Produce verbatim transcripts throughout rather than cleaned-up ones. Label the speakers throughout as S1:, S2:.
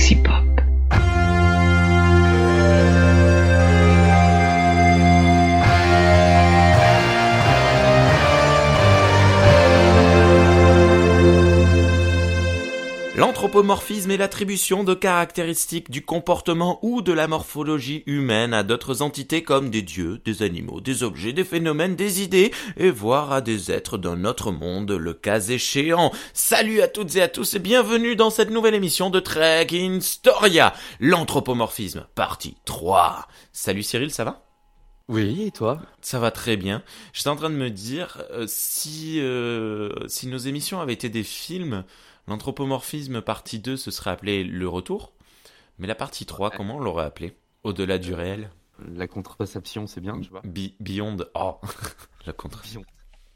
S1: Sexy Pop.
S2: L'anthropomorphisme est l'attribution de caractéristiques du comportement ou de la morphologie humaine à d'autres entités comme des dieux, des animaux, des objets, des phénomènes, des idées, et voire à des êtres d'un autre monde, le cas échéant. Salut à toutes et à tous et bienvenue dans cette nouvelle émission de Trek in Storia, l'anthropomorphisme, partie trois. Salut Cyril, ça va ?
S3: Oui, et toi ?
S2: Ça va très bien. J'étais en train de me dire, euh, si, euh, si nos émissions avaient été des films, l'anthropomorphisme partie deux se serait appelé Le Retour, mais la partie trois, ouais. Comment on l'aurait appelé ? Au-delà du réel ?
S3: La contraception, c'est bien, tu vois.
S2: Be- Beyond, oh, la contraception.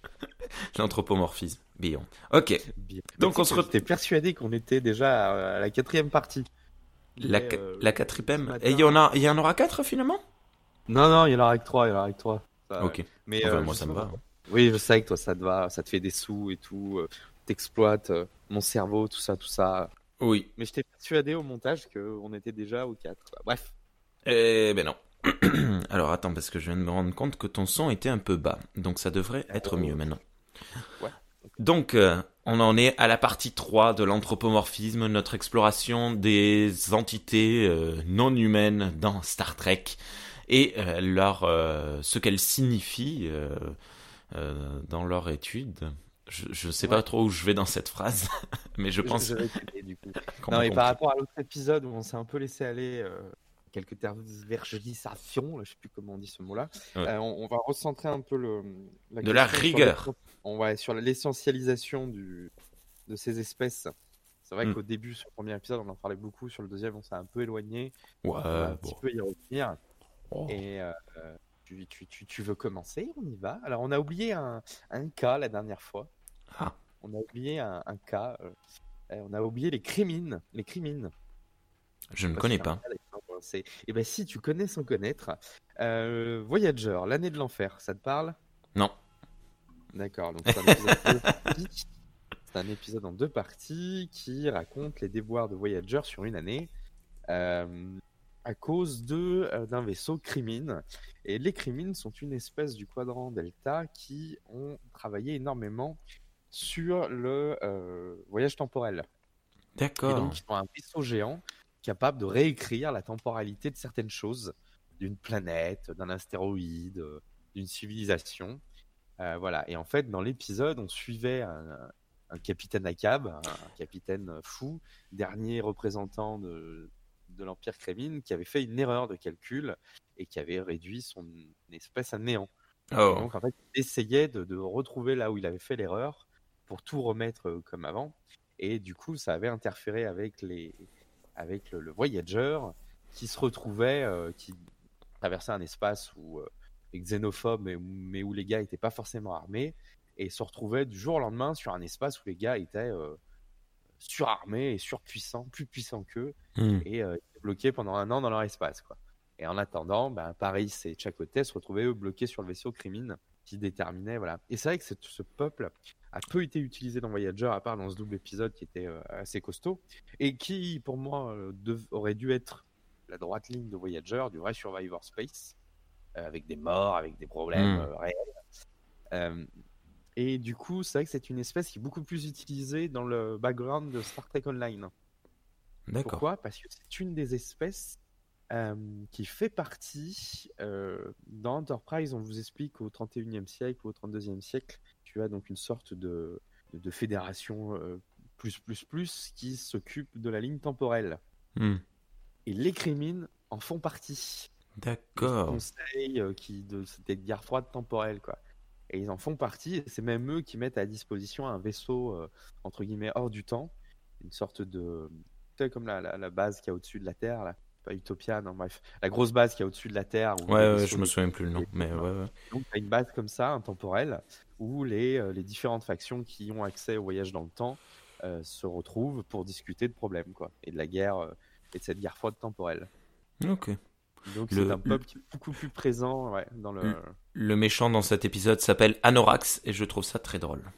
S2: L'anthropomorphisme, Beyond. Ok.
S3: Beyond.
S2: Donc on se retrouve.
S3: J'étais persuadé qu'on était déjà à la quatrième partie.
S2: La, mais, euh, la quatrième. Et il y en a, il y en aura quatre finalement ?
S3: Non, non, il y en aura que trois, il y en aura que trois.
S2: Ça, ok.
S3: Mais
S2: enfin,
S3: euh,
S2: moi, ça me va.
S3: Oui, je sais que toi, ça te va, ça te fait des sous et tout, euh, t'exploites euh, mon cerveau, tout ça, tout ça.
S2: Oui.
S3: Mais je t'ai persuadé au montage qu'on était déjà aux quatre. Bref.
S2: Eh ben non. Alors attends, parce que je viens de me rendre compte que ton son était un peu bas, donc ça devrait être euh... mieux maintenant.
S3: Ouais.
S2: Donc, euh, on en est à la partie trois de l'anthropomorphisme, notre exploration des entités euh, non humaines dans Star Trek. Et euh, leur, euh, ce qu'elles signifient euh, euh, dans leur étude. Je ne sais ouais. pas trop où je vais dans cette phrase, mais je pense...
S3: Je, je vais t'aider, du coup. Non, mais par rapport à l'autre épisode où on s'est un peu laissé aller euh, quelques tergiversations, je ne sais plus comment on dit ce mot-là, ouais. euh, on, on va recentrer un peu le...
S2: La de la rigueur.
S3: Sur, on va sur l'essentialisation du, de ces espèces. C'est vrai mm. qu'au début, sur le premier épisode, on en parlait beaucoup. Sur le deuxième, on s'est un peu éloigné.
S2: Ouais,
S3: on va un
S2: bon.
S3: petit peu y revenir.
S2: Oh.
S3: Et euh, tu, tu, tu, tu veux commencer ? On y va. Alors, on a oublié un, un cas la dernière fois.
S2: Ah.
S3: On a oublié un, un cas. Euh, on a oublié les crimines. Les crimines.
S2: Je ne connais pas.
S3: C'est... Eh ben, si tu connais sans connaître. Euh, Voyager, l'année de l'enfer, ça te parle ?
S2: Non.
S3: D'accord. Donc, c'est un épisode en deux parties. C'est un épisode en deux parties qui raconte les déboires de Voyager sur une année. Euh, à cause de, euh, d'un vaisseau Crimine. Et les Crimines sont une espèce du quadrant Delta qui ont travaillé énormément sur le euh, voyage temporel.
S2: D'accord.
S3: Et donc, ils ont un vaisseau géant capable de réécrire la temporalité de certaines choses, d'une planète, d'un astéroïde, d'une civilisation. Euh, voilà. Et en fait, dans l'épisode, on suivait un, un capitaine Akab, un, un capitaine fou, dernier représentant de... de l'Empire Crémine, qui avait fait une erreur de calcul et qui avait réduit son espèce à néant.
S2: Oh.
S3: Et donc, en fait, il essayait de, de retrouver là où il avait fait l'erreur pour tout remettre comme avant. Et du coup, ça avait interféré avec, les, avec le, le Voyager qui se retrouvait, euh, qui traversait un espace où, euh, xénophobe, mais, mais où les gars n'étaient pas forcément armés, et se retrouvait du jour au lendemain sur un espace où les gars étaient... Euh, surarmés et surpuissants, plus puissants qu'eux, mmh. et euh, bloqués pendant un an dans leur espace, quoi. Et en attendant, ben, Paris et Chakotay se retrouvaient eux bloqués sur le vaisseau Crimine qui déterminait, voilà. Et c'est vrai que cette, ce peuple a peu été utilisé dans Voyager, à part dans ce double épisode qui était euh, assez costaud, et qui, pour moi, euh, dev- aurait dû être la droite ligne de Voyager, du vrai Survivor Space, euh, avec des morts, avec des problèmes mmh. euh, réels. Euh, Et du coup, c'est vrai que c'est une espèce qui est beaucoup plus utilisée dans le background de Star Trek Online.
S2: D'accord.
S3: Pourquoi ? Parce que c'est une des espèces euh, qui fait partie... Euh, dans Enterprise, on vous explique qu'au trente et unième siècle ou au trente-deuxième siècle, tu as donc une sorte de, de fédération euh, plus, plus, plus qui s'occupe de la ligne temporelle.
S2: Mm.
S3: Et les Crimines en font partie.
S2: D'accord.
S3: Le conseil euh, qui, de cette guerre froide temporelle, quoi. Et ils en font partie, et c'est même eux qui mettent à disposition un vaisseau, euh, entre guillemets, hors du temps, une sorte de... Tu sais, comme la, la, la base qu'il y a au-dessus de la Terre, là. Pas Utopia, non, bref. La grosse base qu'il y a au-dessus de la Terre. Où
S2: ouais, ouais, je me souviens plus le nom, mais ouais, ouais.
S3: Donc, tu as une base comme ça, intemporelle, où les, euh, les différentes factions qui ont accès au voyage dans le temps euh, se retrouvent pour discuter de problèmes, quoi, et de la guerre, euh, et de cette guerre froide temporelle.
S2: Ok.
S3: Donc
S2: le,
S3: c'est un peuple qui est beaucoup plus présent, ouais, dans le...
S2: Le, le méchant dans cet épisode s'appelle Anorax et je trouve ça très drôle.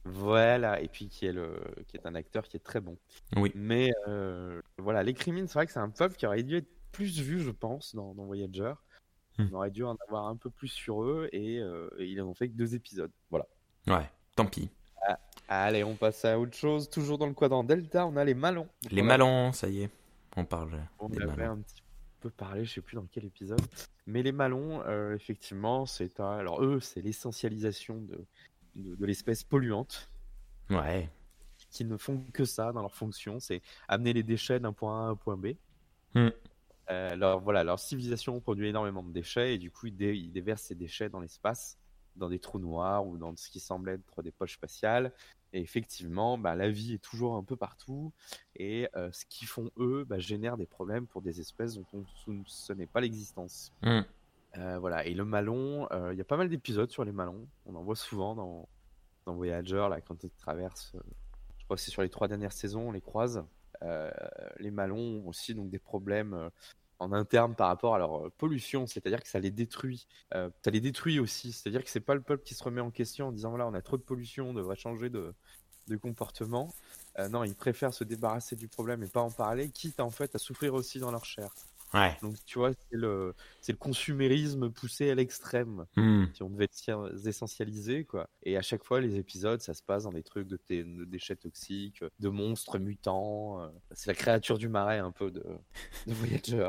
S3: Voilà, et puis qui est, le, qui est un acteur qui est très bon.
S2: Oui.
S3: Mais euh, voilà, les Crimines, c'est vrai que c'est un peuple qui aurait dû être plus vu, je pense, dans, dans Voyager.
S2: Hmm.
S3: On aurait dû en avoir un peu plus sur eux, et, euh, et ils n'ont fait que deux épisodes. Voilà.
S2: Ouais, tant pis.
S3: Ah, allez, on passe à autre chose. Toujours dans le quadrant Delta, on a les Malons. Donc,
S2: Les
S3: on a-
S2: Malons, ça y est, on parle
S3: On
S2: des
S3: avait
S2: Malons.
S3: un petit peu parlé, je sais plus dans quel épisode. Mais les Malons, euh, effectivement, c'est un- alors eux, c'est l'essentialisation de, de, de l'espèce polluante,
S2: Ouais.
S3: qui ne font que ça dans leur fonction, c'est amener les déchets d'un point A à un point B.
S2: Hmm.
S3: Euh, leur, voilà, leur civilisation produit énormément de déchets et du coup ils, dé- ils déversent ces déchets dans l'espace, dans des trous noirs ou dans ce qui semble être des poches spatiales. Et effectivement, bah, la vie est toujours un peu partout et euh, ce qu'ils font eux bah, génère des problèmes pour des espèces dont on ne soupçonnait pas l'existence.
S2: Hmm.
S3: Euh, voilà. Et le Malon, euh, il y a pas mal d'épisodes sur les Malons. On en voit souvent dans, dans Voyager, là, quand ils traversent. euh, je crois que c'est sur les trois dernières saisons, on les croise. Euh, les Malons ont aussi donc des problèmes euh, en interne par rapport à leur euh, pollution, c'est-à-dire que ça les détruit. Euh, ça les détruit aussi, c'est-à-dire que c'est pas le peuple qui se remet en question en disant voilà, on a trop de pollution, on devrait changer de, de comportement. Euh, non, ils préfèrent se débarrasser du problème et pas en parler, quitte en fait à souffrir aussi dans leur chair.
S2: Ouais.
S3: Donc tu vois, c'est le, c'est le consumérisme poussé à l'extrême.
S2: Hmm.
S3: Si on devait essentialiser, quoi. Et à chaque fois, les épisodes, ça se passe dans des trucs de, t- de déchets toxiques, de monstres mutants. euh, C'est la créature du marais, un peu, de, de Voyager.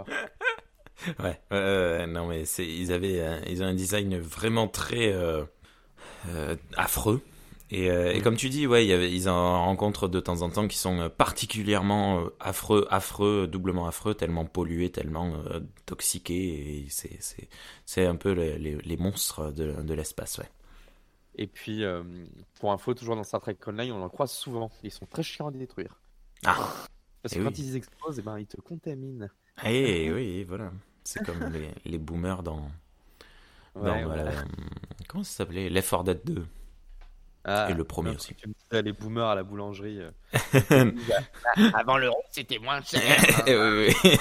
S2: Ouais. Euh, non mais c'est, ils avaient, euh, ils ont un design vraiment très euh, euh, affreux. Et, euh, et
S3: Mm.
S2: comme tu dis, ouais, il y avait, ils en rencontrent de temps en temps qui sont euh, particulièrement euh, affreux, affreux, doublement affreux, tellement pollués, tellement euh, toxiqués. Et c'est, c'est, c'est un peu les, les, les monstres de, de l'espace, ouais.
S3: Et puis, euh, pour info, toujours dans Star Trek Online, on en croise souvent. Ils sont très chiants à détruire.
S2: Ah,
S3: Parce
S2: eh
S3: que quand
S2: oui.
S3: ils explosent, eh ben, ils te contaminent.
S2: Eh oui, voilà. C'est comme les, les boomers dans, dans
S3: Ouais, voilà.
S2: euh, comment ça s'appelait? Left four Dead deux.
S3: Ah,
S2: Et le premier
S3: non,
S2: aussi.
S3: tu me disais, les boomers à la boulangerie. euh,
S2: oui,
S3: Avant l'euro, c'était moins cher.
S2: oui, oui.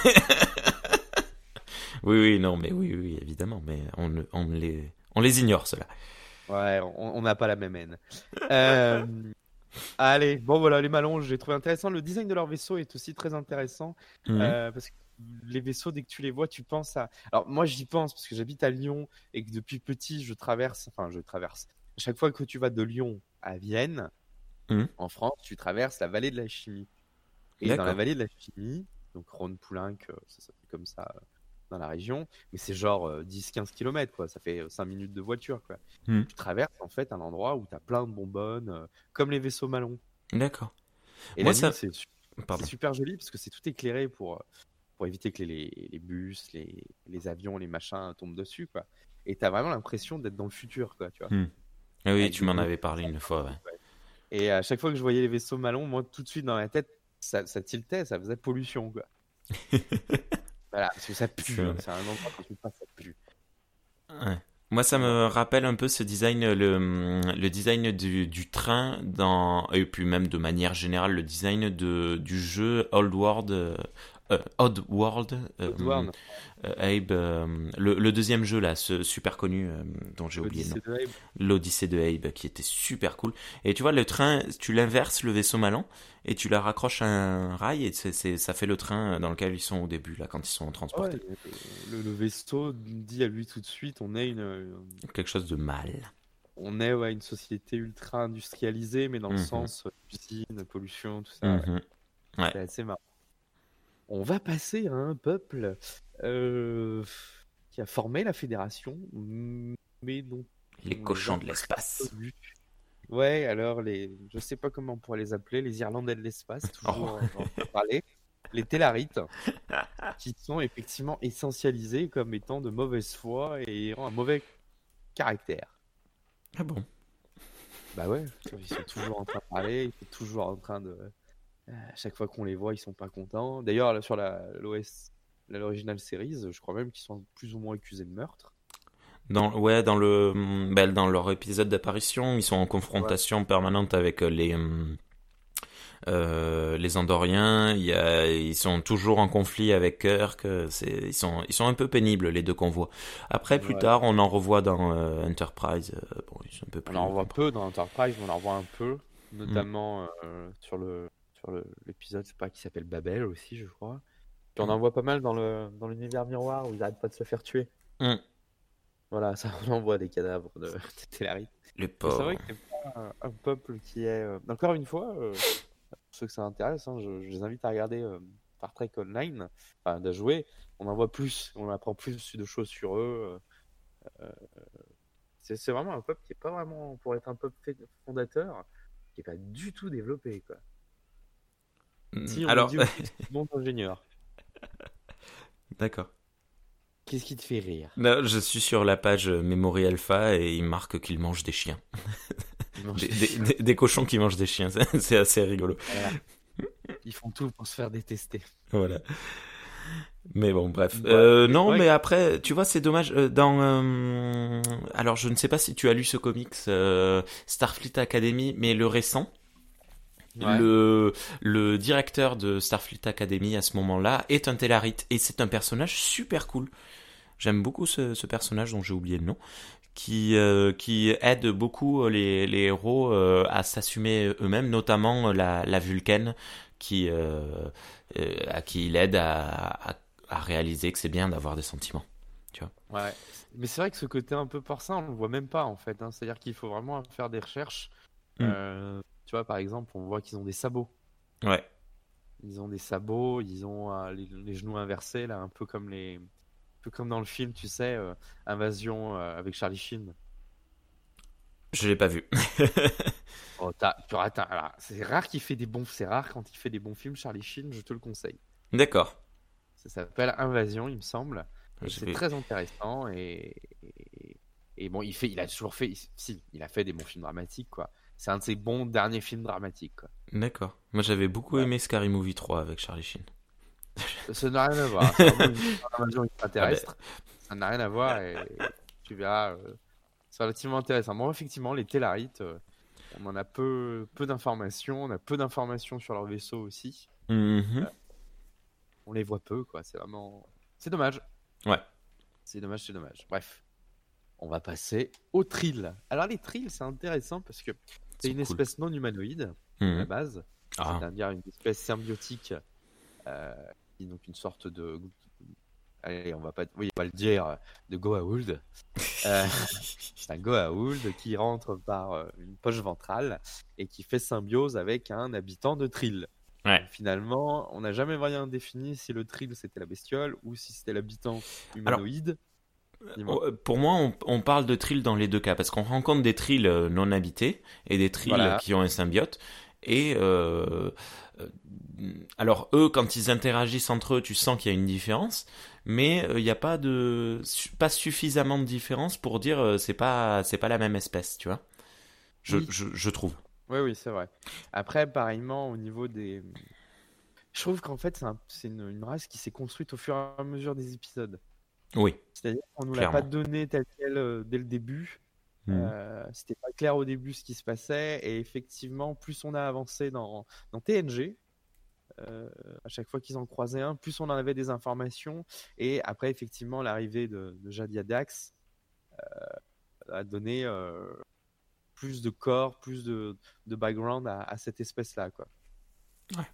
S2: Oui, oui, non, mais oui, oui, évidemment, mais on, le- on les, on les ignore, cela.
S3: Ouais, on on n'a pas la même haine. Euh, allez, bon voilà, les Malons, j'ai trouvé intéressant. Le design de leur vaisseau est aussi très intéressant.
S2: Mhm.
S3: euh, parce que les vaisseaux, dès que tu les vois, tu penses à. Alors moi, j'y pense parce que j'habite à Lyon et que depuis petit, je traverse. Enfin, je traverse. À chaque fois que tu vas de Lyon à Vienne,
S2: Mhm.
S3: en France, tu traverses la vallée de la Chimie. Et dans la
S2: D'accord.
S3: vallée de la Chimie, donc Rhône-Poulenc, euh, ça s'appelle comme ça euh, dans la région, mais c'est genre euh, dix quinze kilomètres, quoi. Ça fait euh, cinq minutes de voiture, quoi.
S2: Mhm.
S3: Tu traverses en fait un endroit où tu as plein de bonbonnes, euh, comme les vaisseaux Malons.
S2: D'accord.
S3: Et
S2: Moi,
S3: la nuit,
S2: ça.
S3: c'est su- c'est
S2: Pardon.
S3: super joli parce que c'est tout éclairé pour, euh, pour éviter que les, les, les bus, les, les avions, les machins tombent dessus, quoi. Et tu as vraiment l'impression d'être dans le futur, quoi, tu vois.
S2: Mhm. Ah oui,
S3: Avec
S2: tu
S3: des
S2: m'en
S3: beaux
S2: avais parlé une fois, ouais.
S3: paysages, ouais. Et à chaque fois que je voyais les vaisseaux Malons, moi, tout de suite dans ma tête, ça, ça tiltait, ça faisait pollution, quoi. Voilà, parce que ça pue,
S2: C'est-
S3: hein. C'est un endroit que tu pas, ça pue.
S2: Ouais. Moi, ça me rappelle un peu ce design, le, le design du, du train dans, et puis même de manière générale, le design de, du jeu Old World, euh, euh, Odd World, euh,
S3: Oddworld,
S2: euh, Abe, euh, le, le deuxième jeu là, ce super connu euh, dont j'ai oublié le nom,
S3: l'Odyssée de Abe.
S2: l'Odyssée de Abe, qui était super cool. Et tu vois, le train, tu l'inverses le vaisseau Malin et tu la raccroches à un rail et c'est, c'est, ça fait le train dans lequel ils sont au début là, quand ils sont
S3: Ouais,
S2: transportés.
S3: le, le vaisseau dit à lui tout de suite, on est une,
S2: Quelque chose de mal.
S3: on est ouais, une société ultra industrialisée, mais dans le
S2: Mhm.
S3: sens euh, usine, pollution, tout ça. Ouais.
S2: Mhm. Ouais.
S3: C'est assez marrant. On va passer à un peuple euh, qui a formé la fédération, mais dont
S2: Les
S3: on
S2: cochons
S3: a
S2: de l'espace.
S3: vu. Ouais, alors les, je sais pas comment on pourrait les appeler, les Irlandais de l'espace, toujours
S2: Oh.
S3: en en parler, les Tellarites, qui sont effectivement essentialisés comme étant de mauvaise foi et ayant un mauvais caractère.
S2: Ah bon?
S3: Bah ouais, ils sont toujours en train de parler, ils sont toujours en train de. À chaque fois qu'on les voit, ils sont pas contents. D'ailleurs, là, sur la l'O S, l'original series, je crois même qu'ils sont plus ou moins accusés de meurtre.
S2: Dans, ouais, dans le, ben, dans leur épisode d'apparition, ils sont en confrontation permanente avec euh, les, hum, Euh, les Andoriens, il y a, ils sont toujours en conflit avec Kirk. C'est, ils sont, ils sont un peu pénibles les deux convois. Après, plus
S3: Ouais.
S2: tard, on en revoit dans euh, Enterprise. Euh, bon, ils sont un peu plus.
S3: On en revoit peu dans Enterprise, mais on en revoit un peu, notamment euh, sur le sur le, l'épisode, c'est pas qui s'appelle Babel aussi, je crois. Puis on en voit pas mal dans le dans l'univers miroir où ils arrêtent pas de se faire tuer.
S2: Mm.
S3: Voilà, ça on en voit des cadavres de, de Tellari.
S2: Les
S3: Mais c'est
S2: pauvres.
S3: vrai que c'est pas un, un peuple qui est. euh, Encore une fois, euh, pour ceux que ça intéresse, hein, je, je les invite à regarder euh, Star Trek Online, enfin de jouer. On en voit plus, on apprend plus de choses sur eux. euh, C'est c'est vraiment un peuple qui est pas vraiment, pour être un peuple fait- fondateur, qui est pas du tout développé, quoi.
S2: Mm.
S3: Si on
S2: Alors,
S3: me dit aussi, c'est bons ingénieurs.
S2: d'accord.
S3: Qu'est-ce qui te fait rire?
S2: Là, je suis sur la page Memory Alpha et il marque qu'ils mangent des chiens.
S3: Ils, mangent
S2: Des,
S3: des
S2: des-
S3: chiens.
S2: des- des cochons qui mangent des chiens. C'est c'est assez rigolo.
S3: Voilà. Ils font tout pour se faire détester.
S2: Voilà. Mais bon, bref.
S3: Ouais,
S2: Euh,
S3: c'est
S2: non,
S3: vrai
S2: mais
S3: que-
S2: après, tu vois, c'est dommage. euh, Dans, euh, alors, je ne sais pas si tu as lu ce comics euh, Starfleet Academy, mais le récent.
S3: Ouais.
S2: Le, le directeur de Starfleet Academy à ce moment-là est un Tellarite et c'est un personnage super cool. J'aime beaucoup ce, ce personnage dont j'ai oublié le nom, qui, euh, qui aide beaucoup les, les héros euh, à s'assumer eux-mêmes, notamment la, la Vulcaine, qui, euh, euh, à qui il aide à, à, à réaliser que c'est bien d'avoir des sentiments.
S3: Ouais. Mais c'est vrai que ce côté un peu porcin, on le voit même pas en fait, hein. C'est-à-dire qu'il faut vraiment faire des recherches.
S2: Mm.
S3: Euh, tu vois, par exemple, on voit qu'ils ont des sabots.
S2: Ouais.
S3: Ils ont des sabots, ils ont euh, les, les genoux inversés, là, un peu comme les, un peu comme dans le film, tu sais, euh, Invasion euh, avec Charlie Sheen.
S2: Je l'ai pas vu.
S3: Oh, t'as, tu rates un- alors, c'est rare qu'il fait des bons, c'est rare quand il fait des bons films, Charlie Sheen, je te le conseille.
S2: D'accord.
S3: Ça s'appelle Invasion, il me semble. Et
S2: Je
S3: c'est
S2: vais-
S3: très intéressant et, et, et bon, il fait, il a toujours fait, si, il a fait des bons films dramatiques, quoi. C'est un de ses bons derniers films dramatiques, quoi.
S2: D'accord. Moi, j'avais beaucoup
S3: Ouais.
S2: aimé Scary Movie trois avec Charlie Sheen.
S3: Ça n'a rien à voir. C'est vraiment une histoire d'invasion extraterrestre.
S2: Ah
S3: Ça n'a rien à voir et tu verras, euh, c'est relativement intéressant. Bon, effectivement, les Tellarites, euh, on en a peu, peu d'informations. On a peu d'informations sur leur vaisseau aussi.
S2: Mhm.
S3: On les voit peu, quoi. C'est vraiment, c'est dommage.
S2: Ouais.
S3: C'est dommage, c'est dommage. Bref, on va passer aux Trills. Alors les Trills, c'est intéressant parce que c'est
S2: C'est
S3: une
S2: cool.
S3: espèce non humanoïde à la
S2: Mhm.
S3: base,
S2: Ah.
S3: c'est-à-dire une espèce symbiotique, euh, qui est donc une sorte de, allez, on va pas, oui, on va le dire, de Goa'uld. Euh, c'est un Goa'uld qui rentre par euh, une poche ventrale et qui fait symbiose avec un habitant de Trill.
S2: Ouais.
S3: Donc, finalement, on n'a jamais vraiment défini si le Trill c'était la bestiole ou si c'était l'habitant humanoïde. Dis-moi.
S2: Oh, Pour moi, on, on parle de Trill dans les deux cas, parce qu'on rencontre des Trills euh, non habités et des Trills
S3: Voilà.
S2: qui ont un symbiote. Et euh, euh, alors eux, quand ils interagissent entre eux, tu sens qu'il y a une différence, mais il n'y a pas de su- pas suffisamment de différence pour dire euh, c'est pas c'est pas la même espèce, tu vois. Je,
S3: Oui.
S2: je, je trouve.
S3: Oui, oui, c'est vrai. Après, pareillement, au niveau des. Je trouve qu'en fait, c'est un- c'est une, une race qui s'est construite au fur et à mesure des épisodes.
S2: Oui.
S3: C'est-à-dire qu'on nous l'a pas
S2: Clairement.
S3: donné tel quel euh, dès le début.
S2: Mhm.
S3: Euh, c'était pas clair au début ce qui se passait. Et effectivement, plus on a avancé dans, dans T N G, euh, à chaque fois qu'ils en croisaient un, plus on en avait des informations. Et après, effectivement, l'arrivée de, de Jadia Dax euh, a donné euh, plus de corps, plus de, de background à, à cette espèce-là, quoi.
S2: Ouais.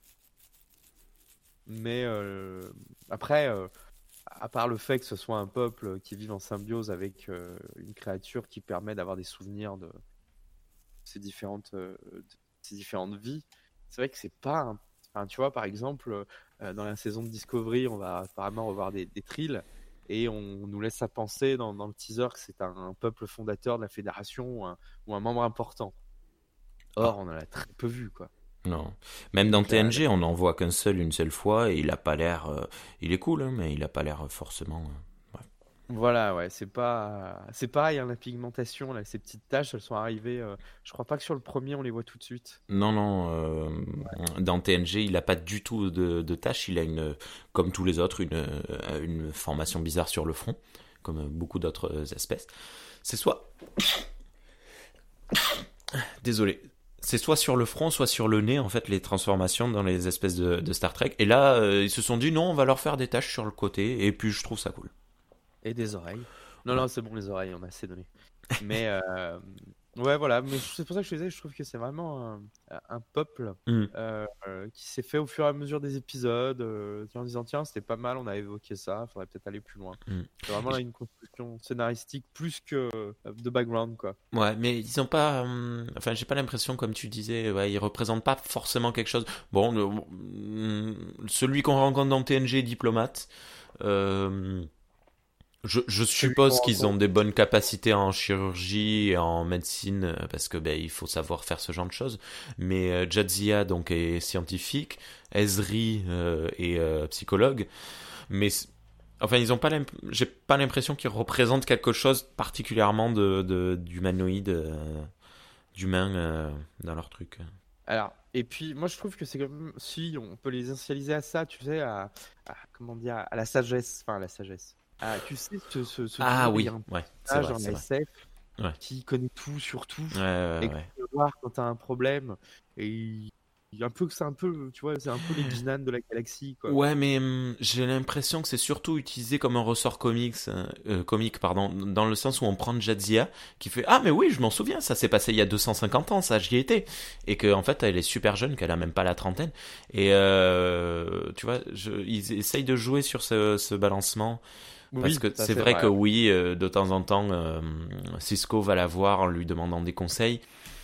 S3: Mais euh, après, euh, à part le fait que ce soit un peuple qui vit en symbiose avec euh, une créature qui permet d'avoir des souvenirs de ces différentes, euh, de ces différentes vies, c'est vrai que c'est pas un... Enfin, tu vois, par exemple, euh, dans la saison de Discovery, on va apparemment revoir des, des Trills et on nous laisse à penser dans, dans le teaser que c'est un, un peuple fondateur de la Fédération ou un, ou un membre important. Or, on en a très peu vu, quoi.
S2: Non. Même dans
S3: Donc, la-
S2: T N G, on n'en voit qu'un seul une seule fois et il a pas l'air. euh, il est cool, hein, mais il a pas l'air forcément. euh,
S3: Voilà, ouais, c'est pas, c'est pareil, hein, la pigmentation, là, ces petites taches, elles sont arrivées. euh, Je crois pas que sur le premier, on les voit tout de suite.
S2: Non, non. euh, Dans T N G, il a pas du tout de, de tache. Il a une, comme tous les autres, une, euh, une formation bizarre sur le front, comme beaucoup d'autres espèces. C'est soit. Désolé. c'est soit sur le front, soit sur le nez, en fait, les transformations dans les espèces de, de Star Trek. Et là, euh, ils se sont dit non, on va leur faire des taches sur le côté. Et puis, je trouve ça cool.
S3: Et des oreilles. Non,
S2: Ouais.
S3: non, c'est bon, les oreilles, on a assez donné. Mais euh, ouais, voilà. Mais c'est pour ça que je te disais, je trouve que c'est vraiment un, un peuple
S2: Mm.
S3: euh, euh, qui s'est fait au fur et à mesure des épisodes, euh, en disant tiens, c'était pas mal, on a évoqué ça, faudrait peut-être aller plus loin.
S2: Mm.
S3: C'est vraiment là une construction scénaristique plus que euh, de background, quoi.
S2: Ouais, mais ils ont pas. hum, Enfin, j'ai pas l'impression, comme tu disais, ouais, ils représentent pas forcément quelque chose. Bon, le- hum, celui qu'on rencontre dans T N G est diplomate. Euh, je, je
S3: Celui qu'on
S2: suppose qu'ils ont
S3: rencontre.
S2: des bonnes capacités en chirurgie et en médecine euh, parce que ben il faut savoir faire ce genre de choses. Mais euh, Jadzia donc est scientifique, Ezri euh, est euh, psychologue. Mais c- enfin, ils ont pas l'imp- j'ai pas l'impression qu'ils représentent quelque chose particulièrement de, de d'humanoïde, euh, d'humain euh, dans leur truc.
S3: Alors, et puis moi je trouve que c'est comme si on peut les initialiser à ça, tu sais, à, à- comment dire, à la sagesse, enfin à la sagesse. Ah, tu sais, ce, ce, ce
S2: Ah
S3: toujours, il y
S2: oui,
S3: a un
S2: ouais, c'est
S3: personnage
S2: vrai,
S3: dans
S2: c'est
S3: la
S2: vrai.
S3: S F
S2: Ouais,
S3: qui connaît tout sur tout
S2: ouais, ouais,
S3: et que
S2: ouais.
S3: tu peux voir quand t'as un problème et il- il- un peu que c'est un peu, tu vois, c'est un peu les Guinan de la galaxie, quoi.
S2: Ouais, mais hum, j'ai l'impression que c'est surtout utilisé comme un ressort comics, euh, euh, comique, pardon, dans le sens où on prend Jadzia, qui fait ah mais oui, je m'en souviens, ça s'est passé il y a deux cent cinquante ans, ça j'y étais, et que en fait elle est super jeune, qu'elle a même pas la trentaine, et euh, tu vois, je, ils essayent de jouer sur ce, ce balancement. Parce
S3: Oui,
S2: que
S3: ça
S2: c'est
S3: c'est
S2: vrai que
S3: vrai.
S2: oui, euh, de temps en temps, euh, Cisco va la voir en lui demandant des conseils.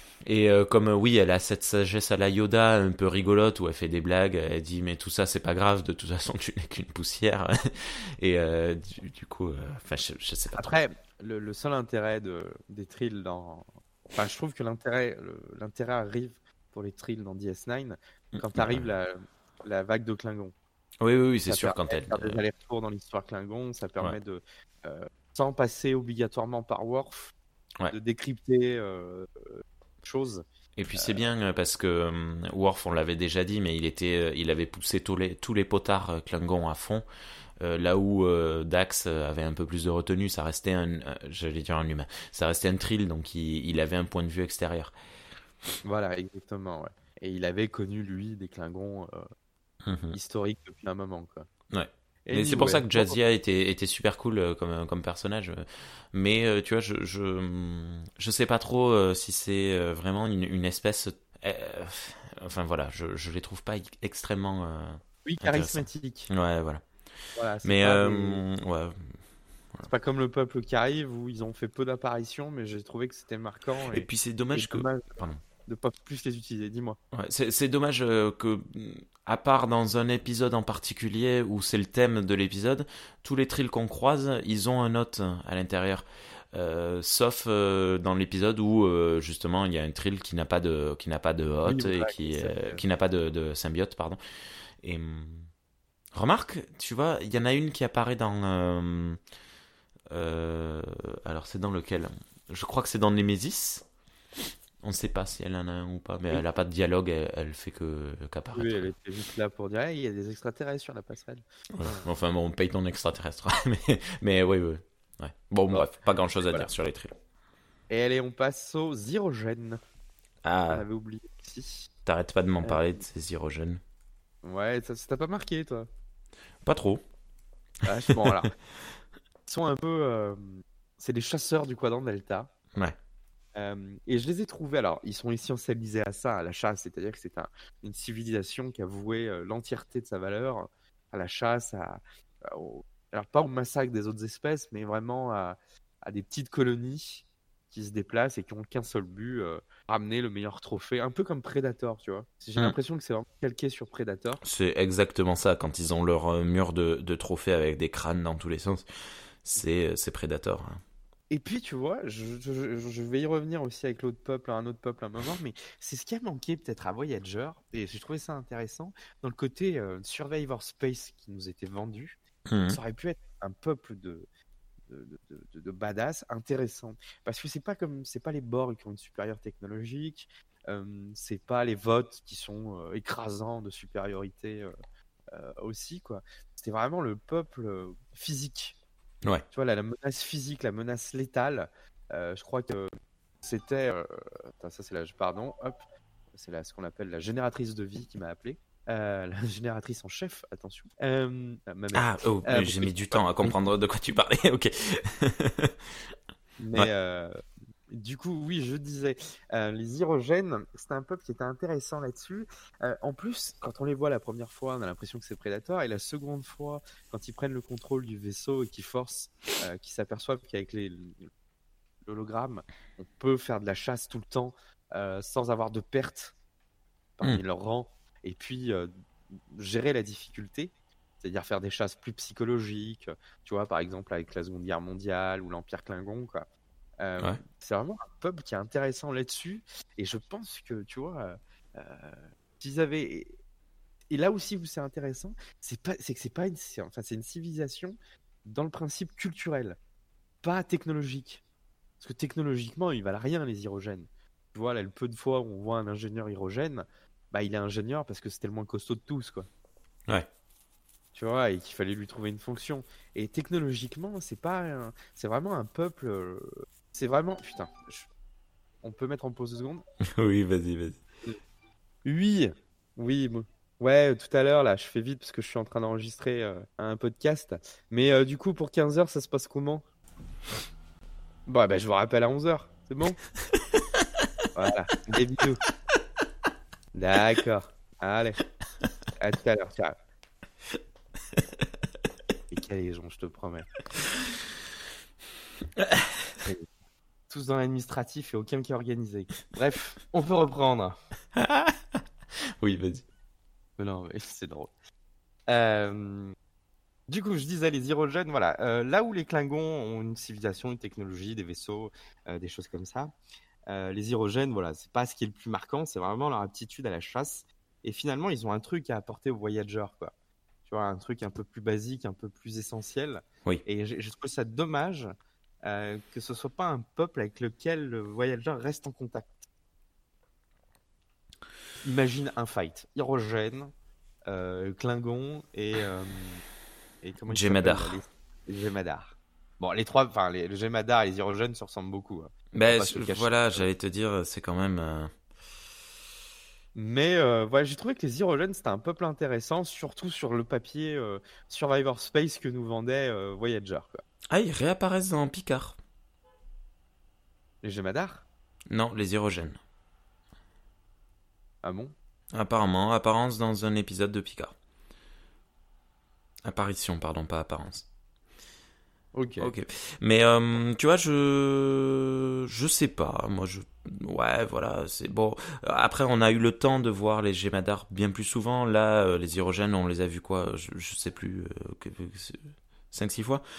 S2: Et euh, comme euh, oui, elle a cette sagesse à la Yoda un peu rigolote où elle fait des blagues, elle dit mais tout ça c'est pas grave, de toute façon tu n'es qu'une poussière. Et euh, du, du coup, euh, enfin je, je sais pas trop.
S3: Après, le, le seul intérêt de, des Trills dans, enfin, je trouve que l'intérêt, le- l'intérêt arrive pour les Trills dans D S neuf quand
S2: Ouais.
S3: arrive la, la vague de Klingons.
S2: Oui, oui, oui, c'est
S3: Ça
S2: sûr
S3: permet
S2: quand
S3: de
S2: elle.
S3: faire
S2: euh,
S3: des allers-retours dans l'histoire Klingon, ça
S2: ouais,
S3: permet de, euh, sans passer obligatoirement par Worf,
S2: ouais.
S3: de décrypter euh, choses.
S2: Et puis c'est bien euh, parce que euh, Worf, on l'avait déjà dit, mais il était, euh, il avait poussé tous les tous les potards euh, Klingons à fond. Euh, là où euh, Dax avait un peu plus de retenue, ça restait un, euh, j'allais dire un humain, ça restait un Trill, donc il, il avait un point de vue extérieur.
S3: Voilà, exactement, ouais. Et il avait connu, lui, des Klingons euh,
S2: Mhm.
S3: historiques depuis un moment, quoi.
S2: Ouais. Mais c'est pour ça
S3: Anyway,
S2: que
S3: bon,
S2: Jadzia était, était super cool euh, comme, comme personnage. euh. Mais euh, tu vois, je, je, je sais pas trop euh, si c'est euh, vraiment une, une espèce. euh, enfin voilà, je, je les trouve pas e- extrêmement euh,
S3: oui,
S2: intéressants.
S3: charismatique.
S2: Ouais, voilà.
S3: Voilà, c'est
S2: Mais
S3: pas
S2: euh,
S3: des...
S2: ouais,
S3: c'est pas comme le peuple qui arrive où ils ont fait peu d'apparitions, mais j'ai trouvé que c'était marquant
S2: et
S3: et,
S2: puis c'est
S3: et
S2: dommage que.
S3: dommage
S2: Pardon.
S3: de pas plus les utiliser. Dis-moi.
S2: Ouais, c'est, c'est dommage euh, que, à part dans un épisode en particulier où c'est le thème de l'épisode, tous les trills qu'on croise, ils ont un hôte à l'intérieur. Euh, sauf euh, dans l'épisode où euh, justement il y a un trill qui n'a pas de qui n'a pas de
S3: Oui,
S2: hôte et
S3: voilà,
S2: qui
S3: c'est-
S2: euh, qui n'a pas de, de symbiote pardon. Et hum, remarque, tu vois, il y en a une qui apparaît dans euh, euh, alors c'est dans lequel? Je crois que c'est dans Nemesis. On ne sait pas si elle en a un ou pas, mais
S3: Oui,
S2: elle n'a pas de dialogue, elle, elle fait que
S3: oui,
S2: qu'apparaître.
S3: elle était juste là pour dire, hey, il y a des extraterrestres sur la passerelle.
S2: Voilà. Enfin bon, on paye ton extraterrestre. mais, mais oui, oui. Ouais. Bon,
S3: Bon,
S2: bref, pas grand chose à
S3: voilà.
S2: dire sur les trills.
S3: Et allez, on passe aux Zyrogènes. On
S2: Ah,
S3: avait oublié aussi.
S2: t'arrêtes pas de m'en
S3: Euh,
S2: parler de ces hyrogènes.
S3: ouais, ça ça t'a pas marqué, toi?
S2: Pas trop.
S3: Ah, je- bon, alors, ils sont un peu, euh, c'est des chasseurs du quadrant Delta.
S2: Ouais.
S3: Euh, et je les ai trouvés, alors ils sont essentialisés à ça, à la chasse, c'est-à-dire que c'est un- une civilisation qui a voué euh, l'entièreté de sa valeur à la chasse, à, à- au- alors pas au massacre des autres espèces, mais vraiment à, à des petites colonies qui se déplacent et qui ont qu'un seul but, euh, ramener le meilleur trophée, un peu comme Predator, tu vois. J'ai
S2: Hmm.
S3: l'impression que c'est vraiment calqué sur Predator.
S2: C'est exactement ça, quand ils ont leur euh, mur de, de trophées avec des crânes dans tous les sens. C'est, c'est Predator. Hein.
S3: Et puis, tu vois, je, je- je- je vais y revenir aussi avec l'autre peuple, un autre peuple à un moment, mais c'est ce qui a manqué peut-être à Voyager, et j'ai trouvé ça intéressant, dans le côté euh, Survivor Space qui nous était vendu,
S2: Mhm.
S3: ça aurait pu être un peuple de, de, de, de- de badass intéressant. Parce que c'est pas comme, c'est pas les Borg qui ont une supérieure technologique, euh, c'est pas les votes qui sont euh, écrasants de supériorité euh, euh, aussi, quoi. C'était vraiment le peuple euh, physique.
S2: Ouais.
S3: Tu vois, la, la menace physique, la menace létale, euh, je crois que c'était. euh, attends, ça, c'est là, pardon, hop. c'est là ce qu'on appelle la génératrice de vie qui m'a appelé. Euh, la génératrice en chef, attention. Euh, ma mère.
S2: Ah, oh,
S3: Euh,
S2: j'ai mis du temps à comprendre de quoi tu parlais. Ok.
S3: Mais
S2: Ouais.
S3: euh, du coup, oui, je disais, euh, les Irogènes, c'était un peuple qui était intéressant là-dessus. Euh, en plus, quand on les voit la première fois, on a l'impression que c'est Predator, et la seconde fois, quand ils prennent le contrôle du vaisseau et qu'ils forcent, euh, qu'ils s'aperçoivent qu'avec les l'hologramme, on peut faire de la chasse tout le temps euh, sans avoir de pertes parmi
S2: Hmm.
S3: leurs rangs, et puis euh, gérer la difficulté, c'est-à-dire faire des chasses plus psychologiques, tu vois, par exemple avec la Seconde Guerre mondiale ou l'Empire Klingon, quoi. Euh,
S2: Ouais.
S3: C'est vraiment un peuple qui est intéressant là-dessus, et je pense que, tu vois, euh, euh, s'ils avaient... Et là aussi où c'est intéressant, c'est pas, c'est que c'est pas une, c'est, enfin, c'est une civilisation dans le principe culturel, pas technologique. Parce que technologiquement, ils valent rien, les Irogènes. Tu vois, là, le peu de fois où on voit un ingénieur Irogène, bah, il est ingénieur parce que c'était le moins costaud de tous, quoi.
S2: Ouais.
S3: Tu vois, et qu'il fallait lui trouver une fonction. Et technologiquement, c'est pas, un- c'est vraiment un peuple. euh, C'est vraiment, putain. je- On peut mettre en pause deux secondes.
S2: Oui, vas-y, vas-y.
S3: Oui, oui, mo- ouais, tout à l'heure, là, je fais vite parce que je suis en train d'enregistrer euh, un podcast. Mais euh, du coup, pour quinze heures, ça se passe comment? Bon, bah, je vous rappelle à onze heures. C'est bon? Voilà, des bisous. D'accord. Allez, à tout à l'heure. Ciao. Et quel gens, je te promets. Tous dans l'administratif et aucun qui est organisé. Bref, on peut reprendre.
S2: Oui, vas-y.
S3: Mais non, mais c'est drôle. Euh, Du coup, je disais les Irogènes, voilà. Euh, là où les Klingons ont une civilisation, une technologie, des vaisseaux, euh, des choses comme ça, euh, les Irogènes, voilà, c'est pas ce qui est le plus marquant, c'est vraiment leur aptitude à la chasse. Et finalement, ils ont un truc à apporter aux voyageurs, quoi. Tu vois, un truc un peu plus basique, un peu plus essentiel.
S2: Oui.
S3: Et je, je trouve ça dommage euh, que ce soit pas un peuple avec lequel le voyageur reste en contact. Imagine un fight. Irogène, euh, Klingon et, euh, et comment ils
S2: Jemadar.
S3: s'appellent, là, les, les Jemadar. Bon, les trois, enfin, les, les Jemadar et les Irogènes se ressemblent beaucoup. Hein.
S2: Ben,
S3: pas se le cacher.
S2: voilà, j'allais te dire, c'est quand même. euh,
S3: Mais euh, voilà, j'ai trouvé que les Irogènes, c'était un peuple intéressant, surtout sur le papier euh, Survivor Space que nous vendait euh, Voyager, quoi.
S2: Ah, ils réapparaissent dans Picard.
S3: Les Jemadar?
S2: Non, les Irogènes.
S3: Ah bon?
S2: Apparemment, apparence dans un épisode de Picard. Apparition, pardon, pas apparence.
S3: Ok.
S2: Ok. Mais euh, tu vois, je je sais pas. Moi, je ouais, voilà, c'est bon. Après, on a eu le temps de voir les Jemadar bien plus souvent. Là, euh, les Irogènes, on les a vus quoi? Je, je sais plus. Euh, que- que- cinq six fois.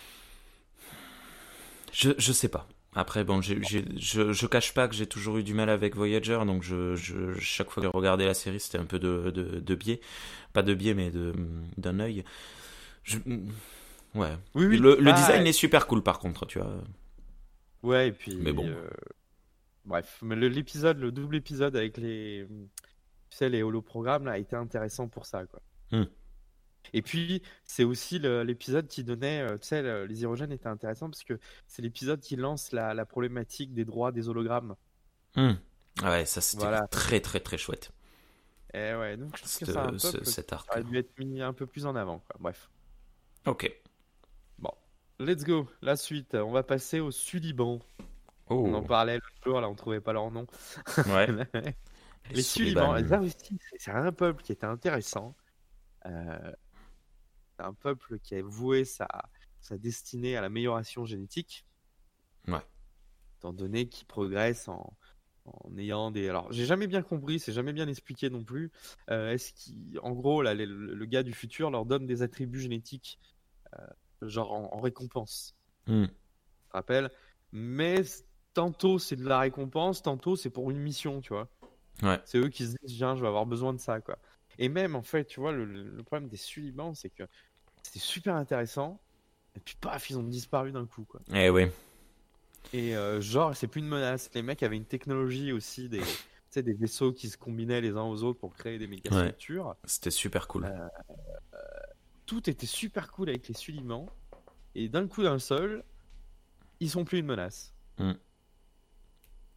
S2: Je je sais pas. Après, bon, j'ai, j'ai, je, je cache pas que j'ai toujours eu du mal avec Voyager, donc je, je, chaque fois que j'ai regardé la série, c'était un peu de, de, de biais. Pas de biais, mais de, d'un œil. Je, ouais.
S3: Oui, oui.
S2: Le, le
S3: Ah,
S2: design est super cool, par contre, tu vois.
S3: ouais, et puis.
S2: Mais bon.
S3: euh, Bref, mais le- l'épisode, le double épisode avec les, tu sais, les holoprogrammes là, a été intéressant pour ça, quoi.
S2: Hmm.
S3: Et puis, c'est aussi le- l'épisode qui donnait, euh, tu sais, le- les Irogènes étaient intéressants parce que c'est l'épisode qui lance la, la problématique des droits des hologrammes.
S2: Hmm. Ouais, ça c'était
S3: Voilà.
S2: très très très chouette.
S3: Et ouais, donc je trouve que
S2: Cette-
S3: c'est un
S2: ce-
S3: peuple
S2: cet
S3: qui
S2: arc.
S3: aurait dû être mis un peu plus en avant, quoi. Bref.
S2: Ok.
S3: Bon, let's go. La suite, on va passer aux Sulibans. On en
S2: Oh.
S3: parlait l'autre jour, là, on trouvait pas leur nom.
S2: Ouais.
S3: Les Sulibans,
S2: Sullivan.
S3: là aussi, c'est- c'est un peuple qui était intéressant. Euh, c'est un peuple qui a voué sa, sa destinée à l'amélioration génétique.
S2: Ouais.
S3: Étant donné qu'il progresse en, en ayant des. Alors, j'ai jamais bien compris, c'est jamais bien expliqué non plus. Euh, est-ce qu'en gros, là, les- le, le gars du futur leur donne des attributs génétiques, euh, genre en, en récompense,
S2: Hmm.
S3: tu te rappelles? Mais tantôt c'est de la récompense, tantôt c'est pour une mission, tu vois.
S2: Ouais.
S3: C'est eux qui se disent, tiens, je vais avoir besoin de ça, quoi. Et même, en fait, tu vois, le, le problème des Sullivan, c'est que c'était super intéressant, et puis paf, ils ont disparu d'un coup, quoi.
S2: Eh oui.
S3: Et euh, genre, c'est plus une menace. Les mecs avaient une technologie aussi, des, tu sais, des vaisseaux qui se combinaient les uns aux autres pour créer des méga
S2: Ouais.
S3: structures.
S2: C'était super cool.
S3: Euh, Tout était super cool avec les Sullivan, et d'un coup d'un seul, ils sont plus une menace.
S2: Hmm.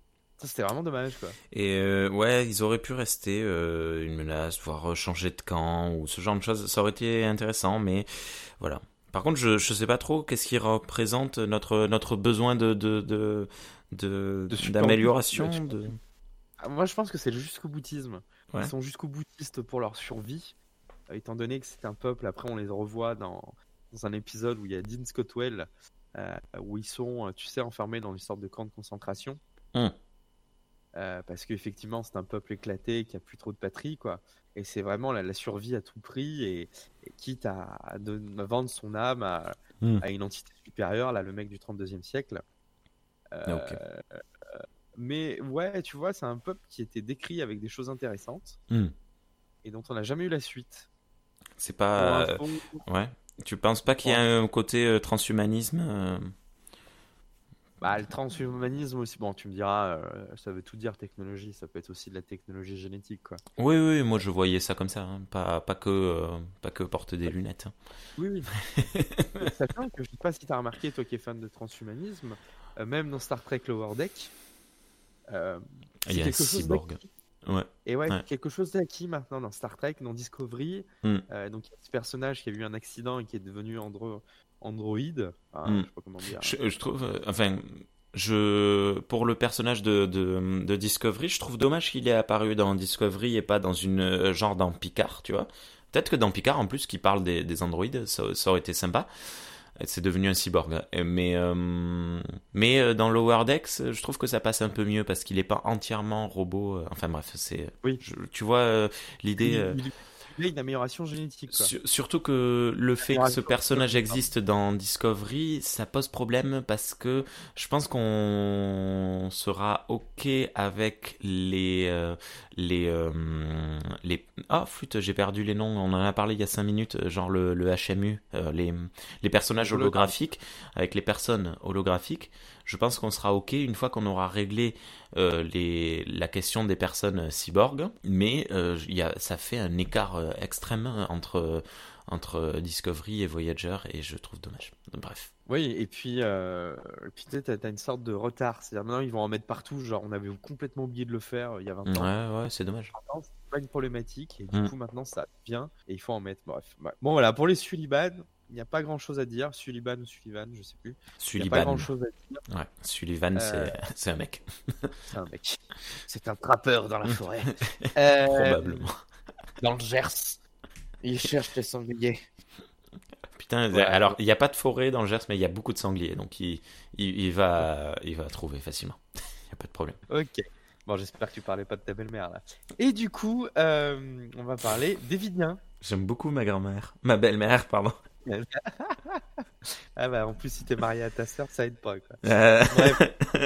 S3: Ça, c'était vraiment dommage, quoi.
S2: Et euh, ouais, ils auraient pu rester euh, une menace, voire changer de camp ou ce genre de choses. Ça aurait été intéressant, mais voilà. Par contre, je je sais pas trop qu'est-ce qui représente notre notre besoin de de de, de
S3: De support
S2: d'amélioration
S3: bout-
S2: de
S3: Ah, moi, je pense que c'est le jusqu'au boutisme. Ils
S2: ouais.
S3: sont jusqu'au boutistes pour leur survie, euh, étant donné que c'est un peuple. Après, on les revoit dans, dans un épisode où il y a Dean Scottwell, euh, où ils sont, euh, tu sais, enfermés dans une sorte de camp de concentration.
S2: Hum,
S3: Euh, parce qu'effectivement, c'est un peuple éclaté qui a plus trop de patrie, quoi. Et c'est vraiment la, la survie à tout prix, et, et quitte à, à don- à vendre son âme à,
S2: hum.
S3: à une entité supérieure, là, le mec du trente-deuxième siècle.
S2: Ok.
S3: Euh, mais ouais, tu vois, c'est un peuple qui était décrit avec des choses intéressantes
S2: Hum.
S3: et dont on n'a jamais eu la suite.
S2: C'est
S3: Pour
S2: pas euh,
S3: info,
S2: ouais. Tu penses pas qu'il y a un côté euh, transhumanisme euh,
S3: bah, le transhumanisme aussi, bon, tu me diras, euh, ça veut tout dire technologie, ça peut être aussi de la technologie génétique, quoi.
S2: Oui, oui, moi je voyais ça comme ça, hein. Pas pas que euh, pas que porter des lunettes, hein.
S3: Oui, oui. Et sachant que je sais pas si tu as remarqué, toi qui es fan de transhumanisme, euh, même dans Star Trek Lower Deck, euh,
S2: Il
S3: c'est
S2: y a un
S3: quelque chose
S2: cyborg.
S3: d'acquis.
S2: Ouais.
S3: Et ouais,
S2: Ouais.
S3: quelque chose d'acquis maintenant dans Star Trek, dans Discovery.
S2: Hum,
S3: Euh, donc, il y a ce personnage qui a eu un accident et qui est devenu andro androïde. Enfin,
S2: hum.
S3: je sais pas comment dire.
S2: Je, je trouve, euh, enfin, je pour le personnage de, de de Discovery, je trouve dommage qu'il ait apparu dans Discovery et pas dans une euh, genre dans Picard, tu vois. Peut-être que dans Picard, en plus, qui parle des, des androïdes, ça, ça aurait été sympa. C'est devenu un cyborg. Et- Mais, euh, mais euh, dans Lower Decks, je trouve que ça passe un peu mieux parce qu'il est pas entièrement robot. euh, Enfin bref, c'est,
S3: Oui.
S2: je- tu vois euh, l'idée. euh,
S3: Il, il a une amélioration génétique, quoi.
S2: Sur- surtout que le fait que ce
S3: Amélioration
S2: personnage
S3: génétique, pardon.
S2: existe dans Discovery, ça pose problème parce que je pense qu'on sera ok avec les euh, les euh, les ah flûte, j'ai perdu les noms. On en a parlé il y a cinq minutes, genre le le H M U, euh, les les personnages
S3: Les hologrammes.
S2: holographiques avec les personnes holographiques. Je pense qu'on sera ok une fois qu'on aura réglé euh, les, la question des personnes cyborgs, mais euh, il y a, ça fait un écart euh, extrême entre, entre Discovery et Voyager, et je trouve dommage. Bref.
S3: Oui, et puis, euh, et puis tu sais, t'as, t'as une sorte de retard. C'est-à-dire maintenant, ils vont en mettre partout. Genre, on avait complètement oublié de le faire euh, il y a vingt
S2: Ouais,
S3: ans.
S2: ouais, c'est dommage.
S3: Maintenant, c'est pas une problématique. Et du
S2: Mm.
S3: coup, maintenant, ça vient et il faut en mettre. Bref. Ouais. Bon, voilà, pour les Sullivan, il n'y a pas grand-chose à dire. Sullivan ou Sullivan, je sais plus. Il n'y a pas
S2: Sullivan.
S3: grand-chose à dire.
S2: Ouais, Sullivan,
S3: Euh,
S2: c'est, c'est un mec.
S3: c'est un mec. C'est un trappeur dans la forêt. Euh,
S2: Probablement.
S3: Dans le Gers. Il cherche les sangliers.
S2: Putain,
S3: Voilà.
S2: alors il n'y a pas de forêt dans le Gers, mais il y a beaucoup de sangliers, donc il, il, il va, il va trouver facilement. Il n'y a pas de problème.
S3: Ok. Bon, j'espère que tu parlais pas de ta belle-mère là. Et du coup, euh, on va parler des Vidiens.
S2: J'aime beaucoup ma grand-mère. Ma belle-mère, pardon.
S3: Ah bah en plus si t'es marié à ta sœur, ça aide pas quoi.
S2: Euh,
S3: Bref,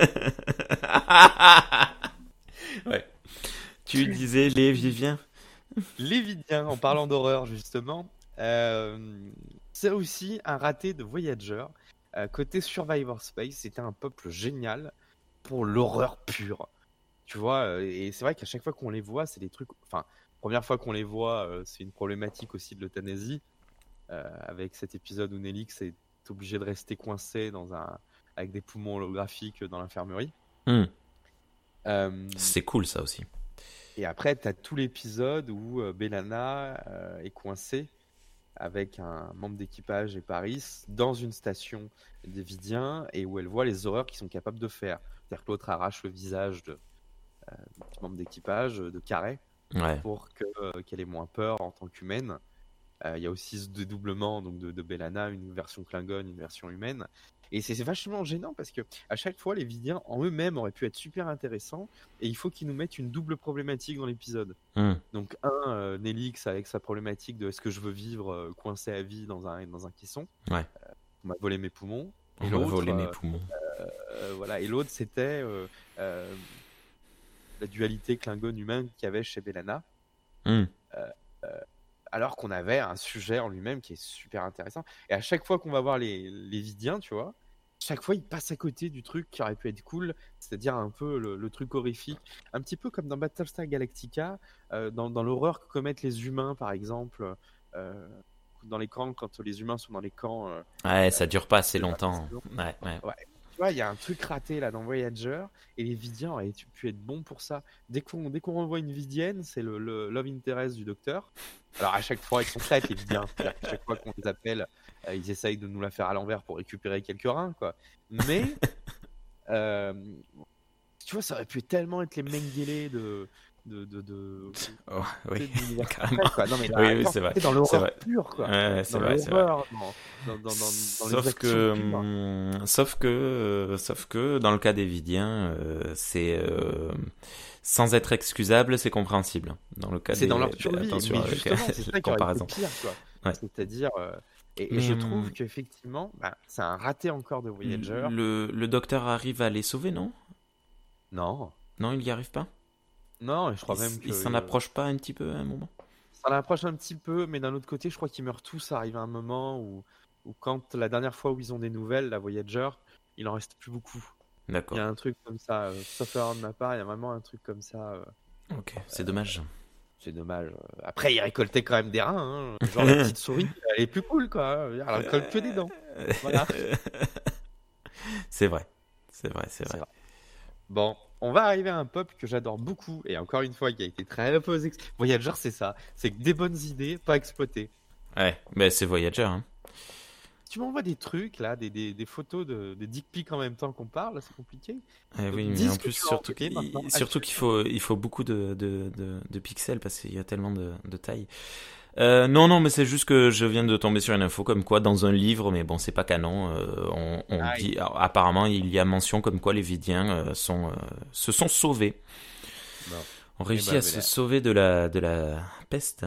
S2: Ouais. Tu disais les Viviens?
S3: les Vidiens, en parlant d'horreur justement, euh, c'est aussi un raté de Voyager. Euh, côté Survivor Space, c'était un peuple génial pour l'horreur pure. Tu vois, euh, et c'est vrai qu'à chaque fois qu'on les voit, c'est des trucs. Enfin, première fois qu'on les voit, euh, c'est une problématique aussi de l'euthanasie. Euh, avec cet épisode où Nelix est obligé de rester coincé dans un, avec des poumons holographiques dans l'infirmerie.
S2: Hmm.
S3: Euh,
S2: C'est cool ça aussi.
S3: et après, tu as tout l'épisode où euh, Bellana euh, est coincée avec un membre d'équipage et Paris dans une station des Vidiens et où elle voit les horreurs qu'ils sont capables de faire. C'est-à-dire que l'autre arrache le visage de, euh, du membre d'équipage, de Carré,
S2: Ouais.
S3: pour que, euh, qu'elle ait moins peur en tant qu'humaine. Euh, Il y a aussi ce dédoublement donc, de, de Bellana, une version Klingon, une version humaine. Et c'est c'est vachement gênant parce que à chaque fois, les Vidiens en eux-mêmes auraient pu être super intéressants et il faut qu'ils nous mettent une double problématique dans l'épisode.
S2: Hmm.
S3: Donc, un, euh, Nelix avec sa problématique de est-ce que je veux vivre euh, coincé à vie dans un, dans un caisson.
S2: Ouais.
S3: Euh, on m'a volé mes poumons. Et
S2: On m'a
S3: l'autre,
S2: volé mes
S3: euh,
S2: poumons.
S3: euh, voilà. Et l'autre, c'était euh, euh, la dualité Klingon-humain qu'il y avait chez Bellana.
S2: Hmm.
S3: Alors qu'on avait un sujet en lui-même qui est super intéressant. Et à chaque fois qu'on va voir les, les Vidiens, tu vois, chaque fois ils passent à côté du truc qui aurait pu être cool, c'est-à-dire un peu le, le truc horrifique, un petit peu comme dans Battlestar Galactica, euh, dans, dans l'horreur que commettent les humains, par exemple, euh, dans les camps, quand les humains sont dans les camps. Euh,
S2: Ouais, ça dure pas assez
S3: c'est pas
S2: longtemps.
S3: assez long.
S2: Ouais, ouais.
S3: Ouais. vois, il y a un truc raté là dans Voyager, et les Vidiens auraient pu être bons pour ça. Dès qu'on dès qu'on revoit une Vidienne, c'est le, le love interest du docteur. Alors à chaque fois, ils sont traites les Vidiens. C'est-à-dire qu'à chaque fois qu'on les appelle, euh, ils essayent de nous la faire à l'envers pour récupérer quelques reins, quoi. Mais euh, tu vois, ça aurait pu tellement être les Mengele de de de, de...
S2: Oh, oui,
S3: de l'univers Star
S2: carrément.
S3: Trek, quoi. Non mais là,
S2: Oui, oui,
S3: attends,
S2: c'est vrai.
S3: c'est dans
S2: C'est
S3: l'horreur
S2: vrai.
S3: pure, quoi.
S2: Ouais, ouais, c'est
S3: Dans
S2: vrai, c'est vrai.
S3: l'horreur, dans, dans, dans, dans, dans les
S2: Sauf
S3: actions
S2: que,
S3: pures.
S2: hum, sauf que, euh, sauf que, dans le cas des Vidiens, euh, c'est euh, sans être excusable, c'est compréhensible. Dans le cas
S3: C'est
S2: des,
S3: dans leur
S2: des-
S3: survie,
S2: attention
S3: mais
S2: avec
S3: justement, c'est ça
S2: la
S3: qui aurait été
S2: comparaison.
S3: pire, quoi.
S2: Ouais.
S3: C'est-à-dire, euh, et, et
S2: Mais
S3: je
S2: hum,
S3: trouve qu'effectivement, bah, c'est un raté encore de Voyager.
S2: le, le docteur arrive à les sauver, non?
S3: Non,
S2: Non, il y arrive pas?
S3: non, et je crois
S2: Il,
S3: même
S2: s-
S3: que
S2: il s'en
S3: euh,
S2: approche pas un petit peu à un moment?
S3: ça l'approche un petit peu, mais d'un autre côté, je crois qu'ils meurent tous. Ça arrive à un moment où, où quand la dernière fois où ils ont des nouvelles, la Voyager, il en reste plus beaucoup. Il y
S2: D'accord.
S3: a un truc comme ça, euh, sauf erreur de ma part, il y a vraiment un truc comme ça. euh,
S2: Ok, c'est dommage.
S3: C'est dommage. euh. Après, il récoltait quand même des reins, hein. Genre la petite souris, elle est plus cool, quoi. Elle récolte que des dents. Voilà.
S2: C'est vrai. C'est vrai, c'est
S3: C'est
S2: vrai.
S3: vrai. Bon, on va arriver à un peuple que j'adore beaucoup, et encore une fois, qui a été très peu ex... Voyager, c'est ça. C'est que des bonnes idées, pas exploitées.
S2: Ouais, mais c'est Voyager, hein.
S3: Tu m'envoies des trucs, là, des, des, des photos, de, des dick pics en même temps qu'on parle, c'est compliqué.
S2: Eh
S3: Donc,
S2: oui, mais
S3: dis
S2: en
S3: ce que
S2: plus,
S3: tu as
S2: surtout
S3: envoyé
S2: qu'il
S3: maintenant.
S2: surtout qu'il faut, il faut beaucoup de, de, de, de pixels parce qu'il y a tellement de, de taille. Euh, non, non, mais c'est juste que je viens de tomber sur une info comme quoi dans un livre, mais bon, c'est pas canon, euh, on, on
S3: Ah,
S2: dit, alors, apparemment, il y a mention comme quoi les Vidiens euh, sont, euh, se sont sauvés,
S3: bon.
S2: ont
S3: Eh
S2: réussi
S3: ben,
S2: à se
S3: voilà.
S2: sauver de la, de la peste.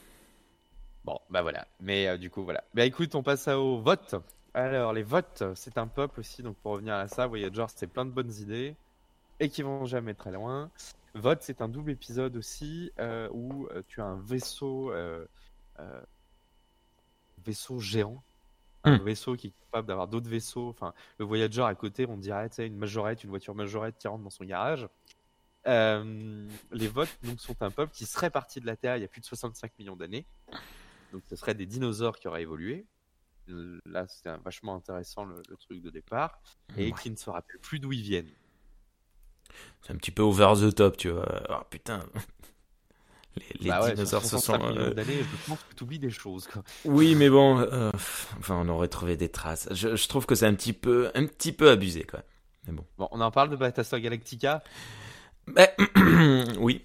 S3: Bon, bah voilà. Mais euh, du coup, voilà. Bah écoute, on passe au vote. Alors, les votes, c'est un peuple aussi. Donc, pour revenir à ça, Voyager, c'est plein de bonnes idées et qui vont jamais très loin. Vote, c'est un double épisode aussi euh, où euh, tu as un vaisseau, euh, euh, vaisseau géant. Un
S2: Hmm.
S3: vaisseau qui est capable d'avoir d'autres vaisseaux. Enfin, le Voyager à côté, on dirait, tu sais, une majorette, une voiture majorette qui rentre dans son garage. Euh, les votes donc sont un peuple qui serait parti de la Terre il y a plus de soixante-cinq millions d'années. Donc, ce serait des dinosaures qui auraient évolué. Là, c'était vachement intéressant le, le truc de départ, et
S2: Ouais.
S3: qui ne se rappellent plus d'où ils viennent.
S2: C'est un petit peu over the top, tu vois. Ah putain. Les, les
S3: Bah ouais, sur
S2: dinosaures se sont.
S3: soixante-cinq millions
S2: euh,
S3: d'années, je pense que tu oublies des choses, quoi.
S2: Oui, mais bon, euh, pff, enfin, on aurait trouvé des traces. Je, je trouve que c'est un petit peu, un petit peu abusé, quoi. Mais bon.
S3: Bon, on en parle de Battlestar Galactica.
S2: Ben, oui.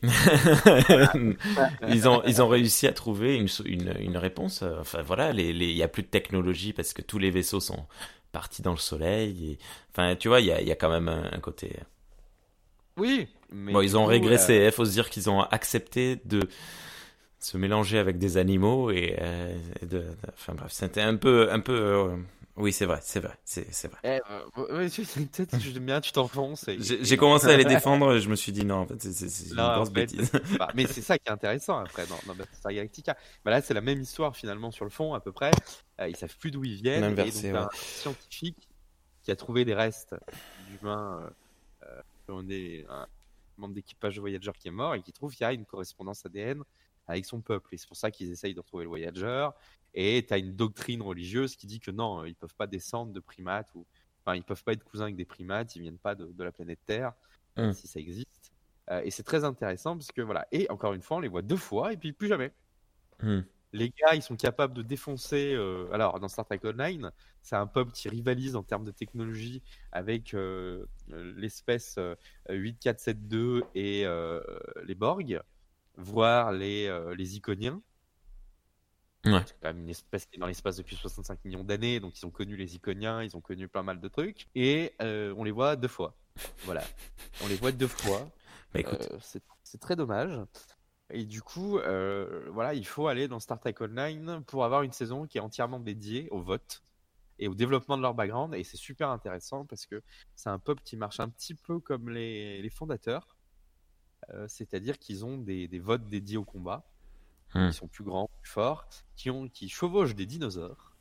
S2: ils ont, ils ont réussi à trouver une, so- une, une réponse. euh, Enfin, voilà, les, les, il y a plus de technologie parce que tous les vaisseaux sont partis dans le soleil. Et, enfin, tu vois, il y a, il y a quand même un, un côté.
S3: Oui, mais
S2: Bon,
S3: du
S2: ils ont
S3: coup,
S2: régressé.
S3: euh,
S2: Il faut se dire qu'ils ont accepté de se mélanger avec des animaux et, euh, et de, de- enfin bref, c'était un peu, un peu. euh, oui, c'est vrai, c'est vrai, c'est, c'est vrai.
S3: eh, euh, ouais, tu- peut-être j'aime bien, tu t'enfonces. Et,
S2: J'ai
S3: et
S2: j'ai
S3: non.
S2: commencé à les défendre et je me suis dit non, en fait, c'est c'est- c'est une
S3: Non, en
S2: grosse
S3: fait,
S2: bêtise.
S3: c'est pas. Mais c'est ça qui est intéressant après dans, dans Battlestar Galactica. Bah là, c'est la même histoire finalement sur le fond à peu près. Euh, ils savent plus d'où ils viennent, et donc
S2: Inversé,
S3: t'as
S2: ouais.
S3: un scientifique qui a trouvé des restes d'humains, euh, euh, on est un membre d'équipage de Voyager qui est mort et qui trouve qu'il y a une correspondance A D N avec son peuple. Et c'est pour ça qu'ils essayent de retrouver le Voyager. Et tu as une doctrine religieuse qui dit que non, ils peuvent pas descendre de primates ou enfin ils peuvent pas être cousins avec des primates, ils viennent pas de, de la planète Terre, euh,
S2: Hmm.
S3: si ça existe. Euh, et c'est très intéressant parce que voilà. Et encore une fois, on les voit deux fois et puis plus jamais.
S2: Hmm.
S3: Les gars, ils sont capables de défoncer. euh, Alors, dans Star Trek Online, c'est un peuple qui rivalise en termes de technologie avec euh, l'espèce euh, huit quatre sept deux et euh, les Borg, voire les, euh, les Iconiens.
S2: Ouais.
S3: C'est quand même une espèce qui est dans l'espace depuis soixante-cinq millions d'années, donc ils ont connu les Iconiens, ils ont connu pas mal de trucs, et euh, on les voit deux fois. Voilà, on les voit deux fois.
S2: Bah écoute,
S3: Euh, c'est c'est très dommage. Et du coup, euh, voilà, il faut aller dans Star Trek Online pour avoir une saison qui est entièrement dédiée au vote et au développement de leur background. Et c'est super intéressant parce que c'est un peuple qui marche un petit peu comme les, les fondateurs. Euh, c'est-à-dire qu'ils ont des, des votes dédiés au combat.
S2: hmm.
S3: Ils sont plus grands, plus forts, qui, ont, qui chevauchent des dinosaures.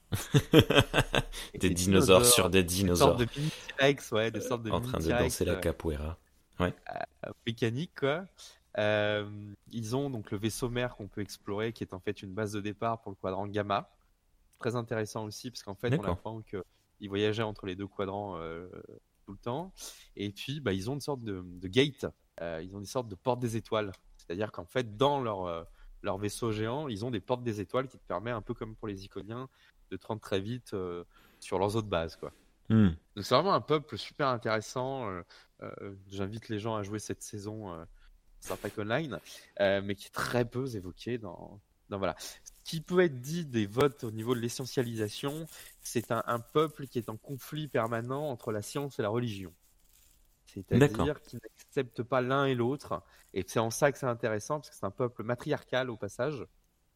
S3: Et
S2: des
S3: ces
S2: dinosaures sur des
S3: des sortes de
S2: dinosaures
S3: mini T-Rex, ouais, des sortes de
S2: en
S3: mini
S2: train de
S3: T-Rex
S2: danser la
S3: euh,
S2: capoeira.
S3: euh, mécaniques, quoi. Euh, ils ont donc le vaisseau mère qu'on peut explorer, qui est en fait une base de départ pour le quadrant gamma. Très intéressant aussi, parce qu'en fait, on
S2: D'accord.
S3: apprend qu'ils voyageaient entre les deux quadrants euh, tout le temps. Et puis, bah, ils ont une sorte de, de gate. Euh, ils ont une sorte de porte des étoiles. C'est-à-dire qu'en fait, dans leur, euh, leur vaisseau géant, ils ont des portes des étoiles qui te permettent, un peu comme pour les Iconiens, de te rendre très vite euh, sur leurs autres bases, quoi.
S2: Hmm.
S3: Donc c'est vraiment un peuple super intéressant. Euh, euh, j'invite les gens à jouer cette saison euh, Star Trek Online, euh, mais qui est très peu évoqué dans, dans voilà. Ce qui peut être dit des votes au niveau de l'essentialisation, c'est un, un peuple qui est en conflit permanent entre la science et la religion.
S2: D'accord.
S3: C'est-à-dire qu'ils n'acceptent pas l'un et l'autre. Et c'est en ça que c'est intéressant, parce que c'est un peuple matriarcal au passage.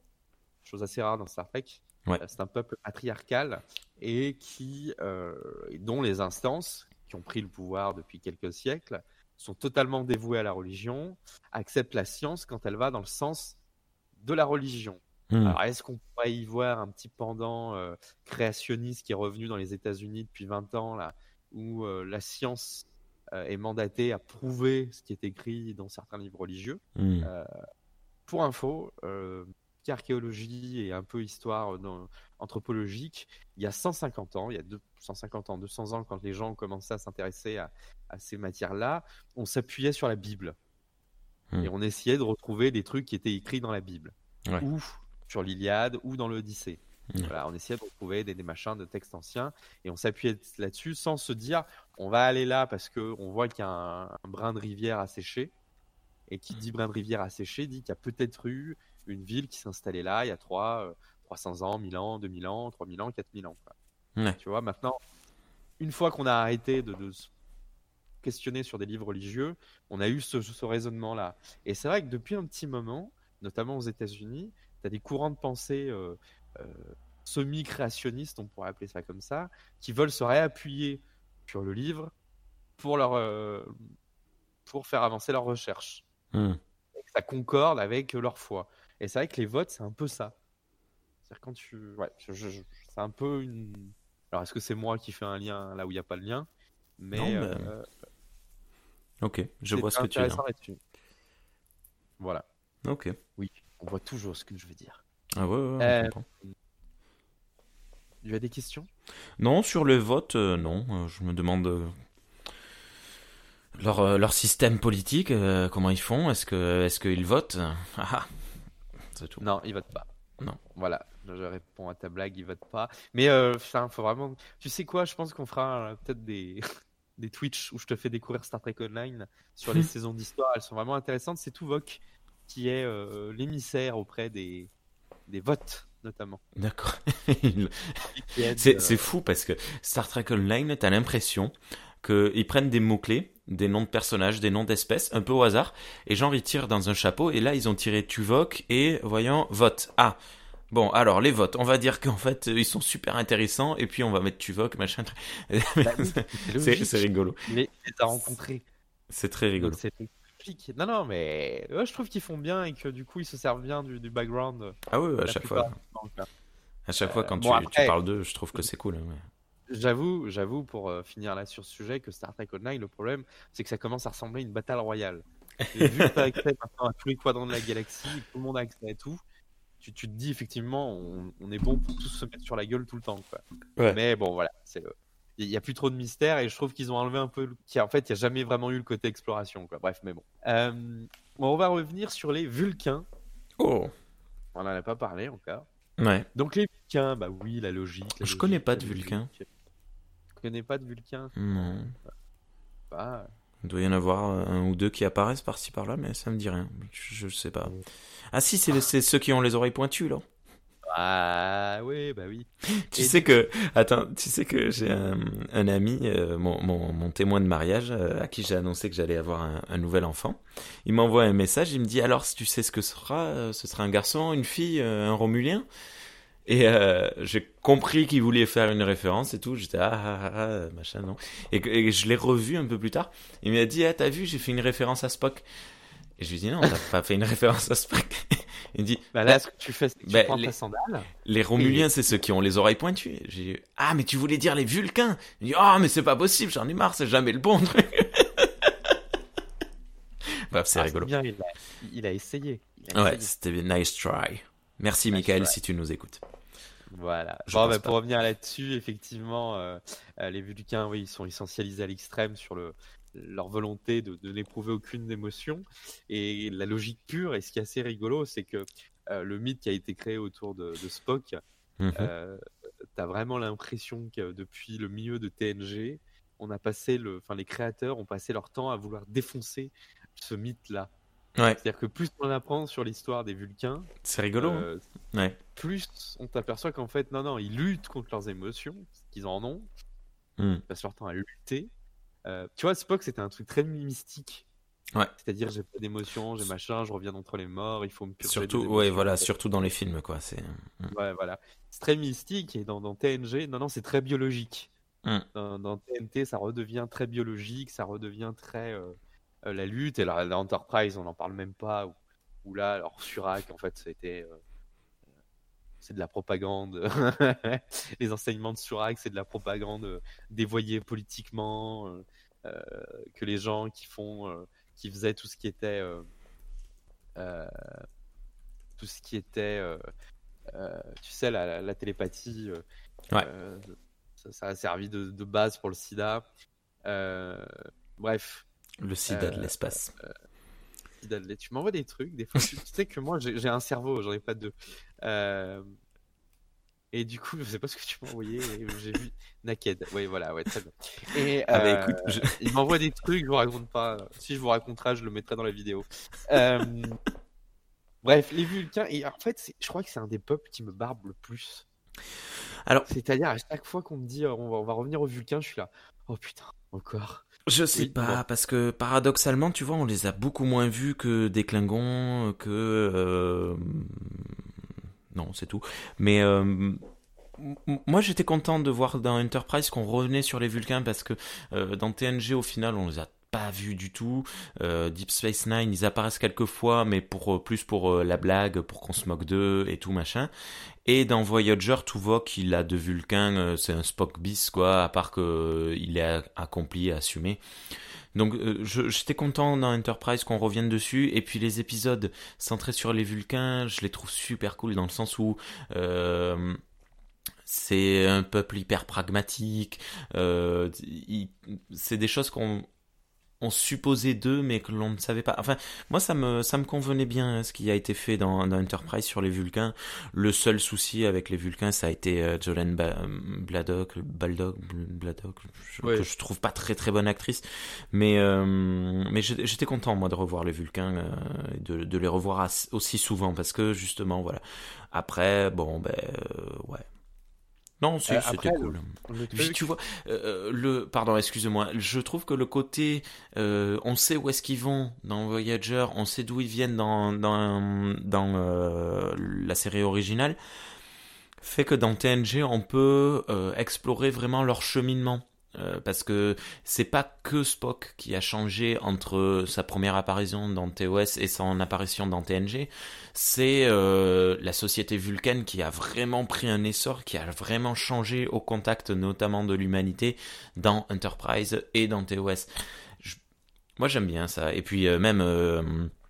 S3: Chose assez rare dans Star Trek.
S2: Ouais.
S3: C'est un peuple matriarcal et qui, euh, dont les instances qui ont pris le pouvoir depuis quelques siècles sont totalement dévouées à la religion, acceptent la science quand elle va dans le sens de la religion.
S2: Hmm.
S3: Alors, est-ce qu'on pourrait y voir un petit pendant euh, créationniste qui est revenu dans les États-Unis depuis vingt ans, là, où euh, la science euh, est mandatée à prouver ce qui est écrit dans certains livres religieux.
S2: Hmm.
S3: Euh, pour info, euh, archéologie et un peu histoire dans, anthropologique, il y a cent cinquante ans, il y a deux, cent cinquante ans, deux cents ans, quand les gens ont commencé à s'intéresser à, à ces matières-là, on s'appuyait sur la Bible.
S2: Hmm.
S3: Et on essayait de retrouver des trucs qui étaient écrits dans la Bible.
S2: Ouais.
S3: Ou sur l'Iliade, ou dans l'Odyssée.
S2: Hmm.
S3: Voilà, on essayait de retrouver des, des machins de textes anciens, et on s'appuyait là-dessus sans se dire, on va aller là parce qu'on voit qu'il y a un, un brin de rivière asséché. Et qui dit brin de rivière asséché dit qu'il y a peut-être eu une ville qui s'est installée là il y a trois, euh, trois cents ans, mille ans, deux mille ans, trois mille ans, quatre mille ans. Quoi.
S2: Ouais.
S3: Tu vois, maintenant, une fois qu'on a arrêté de, de se questionner sur des livres religieux, on a eu ce, ce raisonnement-là. Et c'est vrai que depuis un petit moment, notamment aux États-Unis, tu as des courants de pensée euh, euh, semi-créationnistes, on pourrait appeler ça comme ça, qui veulent se réappuyer sur le livre pour, leur, euh, pour faire avancer leurs recherches.
S2: Hmm.
S3: Ça concorde avec leur foi. Et c'est vrai que les votes, c'est un peu ça. C'est-à-dire quand tu... Ouais, je, je, je... c'est un peu une... Alors, est-ce que c'est moi qui fais un lien là où il n'y a pas de lien? Mais...
S2: Non, bah...
S3: euh...
S2: Ok, je vois ce que tu veux dire.
S3: Là-dessus. Voilà.
S2: Ok.
S3: Oui, on voit toujours ce que je veux dire.
S2: Ah ouais, ouais,
S3: Euh,
S2: on comprend.
S3: Tu as des questions?
S2: Non, sur le vote, euh, non. Euh, je me demande... euh, Leur, euh, leur système politique, euh, comment ils font? Est-ce que, est-ce qu'ils votent? Ah ah. C'est tout.
S3: Non, ils votent pas.
S2: Non.
S3: Voilà, je réponds à ta blague, ils votent pas. Mais euh, enfin, faut vraiment. Tu sais quoi? Je pense qu'on fera euh, peut-être des des Twitch où je te fais découvrir Star Trek Online sur les saisons d'histoire. Elles sont vraiment intéressantes. C'est Tuvok qui est euh, l'émissaire auprès des des votes notamment.
S2: D'accord.
S3: Qui aide,
S2: c'est,
S3: euh,
S2: c'est fou parce que Star Trek Online, t'as l'impression qu'ils prennent des mots-clés, des noms de personnages, des noms d'espèces, un peu au hasard, et genre ils tirent dans un chapeau, et là ils ont tiré Tuvok et, voyons, vote. Ah, bon, alors les votes, on va dire qu'en fait ils sont super intéressants, et puis on va mettre Tuvok, machin.
S3: Bah oui, c'est
S2: c'est,
S3: logique.
S2: c'est rigolo.
S3: Mais tu les as rencontrés.
S2: C'est très rigolo.
S3: Donc c'est logique. Non, non, mais ouais, je trouve qu'ils font bien et que du coup ils se servent bien du, du background.
S2: Ah ouais, à
S3: la
S2: chaque
S3: plupart
S2: fois.
S3: du temps, quoi.
S2: À chaque fois, quand
S3: Euh,
S2: tu,
S3: bon,
S2: tu
S3: après-
S2: parles d'eux, je trouve que c'est cool. hein, ouais.
S3: J'avoue, j'avoue pour euh, finir là sur ce sujet que Star Trek Online, le problème, c'est que ça commence à ressembler à une bataille royale. Et vu que tu as accès maintenant à tous les quadrants de la galaxie, et que tout le monde a accès à tout, tu, tu te dis effectivement, on, on est bon pour tous se mettre sur la gueule tout le temps. Quoi.
S2: Ouais.
S3: Mais bon, voilà, c'est euh, il y a plus trop de mystère et je trouve qu'ils ont enlevé un peu, le- qu'il y a- en fait, il n'y a jamais vraiment eu le côté exploration. Quoi. Bref, mais bon. Euh, bon, on va revenir sur les Vulcains.
S2: Oh,
S3: On n'en a pas parlé encore.
S2: ouais.
S3: Donc les Vulcains, bah oui, la logique. la
S2: Je
S3: logique,
S2: connais pas
S3: la
S2: de
S3: logique.
S2: Vulcains.
S3: Tu connais pas de Vulcains?
S2: Non.
S3: Bah,
S2: Il doit y en avoir un ou deux qui apparaissent par-ci par-là, mais ça me dit rien. Je, je sais pas. Ah si, c'est, c'est ceux qui ont les oreilles pointues, là.
S3: ah oui, bah oui.
S2: Tu
S3: Et
S2: sais
S3: du
S2: que, attends, tu sais que j'ai un, un ami, euh, mon, mon, mon témoin de mariage, euh, à qui j'ai annoncé que j'allais avoir un, un nouvel enfant. Il m'envoie un message, il me dit, alors, tu sais ce que ce sera, euh, ce sera un garçon, une fille, euh, un Romulien? Et euh, j'ai compris qu'il voulait faire une référence et tout. J'étais, ah, ah, ah, ah, machin, non. Et, que- et je l'ai revu un peu plus tard. Il m'a dit, ah, t'as vu, j'ai fait une référence à Spock. Et je lui ai dit, non, t'as pas fait une référence à Spock. Il me dit,
S3: Bah là, ce que tu fais, c'est que tu
S2: bah,
S3: prends
S2: les-
S3: ta sandale.
S2: les Romuliens, c'est ceux qui ont les oreilles pointues. J'ai dit, ah, mais tu voulais dire les Vulcains. Il dit, ah, mais c'est pas possible, j'en ai marre, c'est jamais le bon truc. Bref, c'est
S3: Ah,
S2: rigolo.
S3: bien, il a, il a essayé. Il a
S2: Ouais,
S3: essayé.
S2: c'était bien. Nice try. Merci,
S3: Nice
S2: Michael,
S3: try.
S2: si tu nous écoutes.
S3: Voilà.
S2: Je
S3: Bon,
S2: pense
S3: bah,
S2: pas.
S3: pour revenir là-dessus, effectivement, euh, euh, les Vulcains, oui, ils sont essentialisés à l'extrême sur le, leur volonté de, de n'éprouver aucune émotion. Et la logique pure, et ce qui est assez rigolo, c'est que euh, le mythe qui a été créé autour de, de Spock,
S2: Mhm.
S3: euh, t'as vraiment l'impression que depuis le milieu de T N G, on a passé le, enfin, les créateurs ont passé leur temps à vouloir défoncer ce mythe-là.
S2: Ouais,
S3: C'est-à-dire que plus on apprend sur l'histoire des Vulcains,
S2: c'est rigolo, hein.
S3: euh,
S2: Ouais.
S3: plus on t'aperçoit qu'en fait, non, non, ils luttent contre leurs émotions, parce qu'ils en ont,
S2: Mm.
S3: ils passent leur temps à lutter. Euh, tu vois, Spock, c'était un truc très mystique.
S2: Ouais.
S3: C'est-à-dire, j'ai pas d'émotions, j'ai machin, je reviens d'entre les morts, il faut me purger
S2: Surtout,
S3: des
S2: ouais,
S3: émotions.
S2: voilà, surtout dans les films, quoi. C'est.
S3: Ouais, voilà. C'est très mystique, et dans, dans T N G, non, non, c'est très biologique.
S2: Mm.
S3: Dans, dans T N T, ça redevient très biologique, ça redevient très euh, euh, la lutte. Et la, la Enterprise, on n'en parle même pas. Ou, ou là, alors Surak, en fait, c'était euh, c'est de la propagande. Les enseignements de Surak, c'est de la propagande euh, dévoyée politiquement. euh, euh, que les gens qui font, euh, qui faisaient tout ce qui était, euh, euh, tout ce qui était, euh, euh, tu sais, la, la, la télépathie, euh,
S2: Ouais.
S3: euh, ça, ça a servi de, de base pour le SIDA. Euh, bref.
S2: Le sida de
S3: Euh,
S2: l'espace.
S3: SIDA de lait. Tu m'envoies des trucs, des fois. Tu, tu sais que moi, j'ai j'ai un cerveau, j'en ai pas deux. Euh, Et du coup, je sais pas ce que tu m'as envoyé. et J'ai vu Naked. Oui, voilà, ouais, très bien. Et
S2: Ah bah
S3: euh,
S2: écoute, je...
S3: il m'envoie des trucs, je vous raconte pas. Si je vous raconterai, je le mettrai dans la vidéo. Euh, bref, les Vulcains. Et en fait, c'est- je crois que c'est un des peuples qui me barbe le plus.
S2: Alors,
S3: C'est-à-dire, à chaque fois qu'on me dit euh, on va, on va revenir aux Vulcains, je suis là. Oh putain, encore.
S2: je sais
S3: Oui, dis-moi.
S2: pas, parce que paradoxalement, tu vois, on les a beaucoup moins vus que des Klingons, que... euh, Non, c'est tout. Mais... euh, m- Moi j'étais content de voir dans Enterprise qu'on revenait sur les Vulcains parce que euh, dans T N G au final on les a pas vus du tout. Euh, Deep Space Nine ils apparaissent quelques fois mais pour euh, plus pour euh, la blague, pour qu'on se moque d'eux et tout machin. Et dans Voyager, Tuvok il a de Vulcains, euh, c'est un Spock bis quoi, à part que euh, il est accompli, assumé. Donc euh, je- j'étais content dans Enterprise qu'on revienne dessus et puis les épisodes centrés sur les Vulcains, je les trouve super cool dans le sens où euh, c'est un peuple hyper pragmatique. Euh, il- c'est des choses qu'on on supposait d'eux, mais que l'on ne savait pas. Enfin, moi, ça me, ça me convenait bien hein, ce qui a été fait dans, dans Enterprise sur les Vulcains. Le seul souci avec les Vulcains, ça a été euh, Jolene ba- Bladdock, Baldock, Bladdock, je- que
S3: Ouais.
S2: je trouve pas très très bonne actrice. Mais, euh, mais j'étais j'étais content moi de revoir les Vulcains, euh, et de, de les revoir as- aussi souvent parce que justement, voilà. Après, bon, ben, euh, ouais. Non,
S3: Euh,
S2: si, c'était
S3: après, le,
S2: cool.
S3: le
S2: Puis tu
S3: truc.
S2: vois, euh, le, pardon, excuse-moi, je trouve que le côté, euh, on sait où est-ce qu'ils vont dans Voyager, on sait d'où ils viennent dans dans dans euh, la série originale, fait que dans T N G on peut euh, explorer vraiment leur cheminement. Euh, parce que c'est pas que Spock qui a changé entre sa première apparition dans T O S et son apparition dans T N G, c'est euh, la société vulcaine qui a vraiment pris un essor, qui a vraiment changé au contact notamment de l'humanité dans Enterprise et dans T O S. Je- Moi j'aime bien ça. Et puis euh, même euh,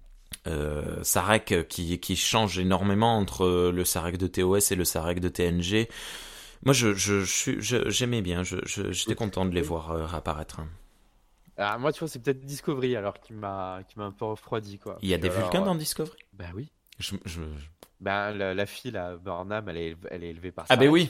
S2: euh, Sarek qui, qui change énormément entre le Sarek de T O S et le Sarek de T N G. Moi, je, je, je suis- je- j'aimais bien. Je, je- j'étais content de les voir euh, apparaître.
S3: Ah, moi, tu vois, c'est peut-être Discovery alors qui m'a qui m'a un peu refroidi, quoi.
S2: Il y
S3: Parce
S2: a
S3: que,
S2: des Vulcains
S3: alors, euh,
S2: dans Discovery.
S3: bah oui.
S2: Je, je-
S3: Ben, la, la fille, là, Burnham, elle est, elle est élevée par
S2: Ah ben
S3: Sarek.
S2: oui.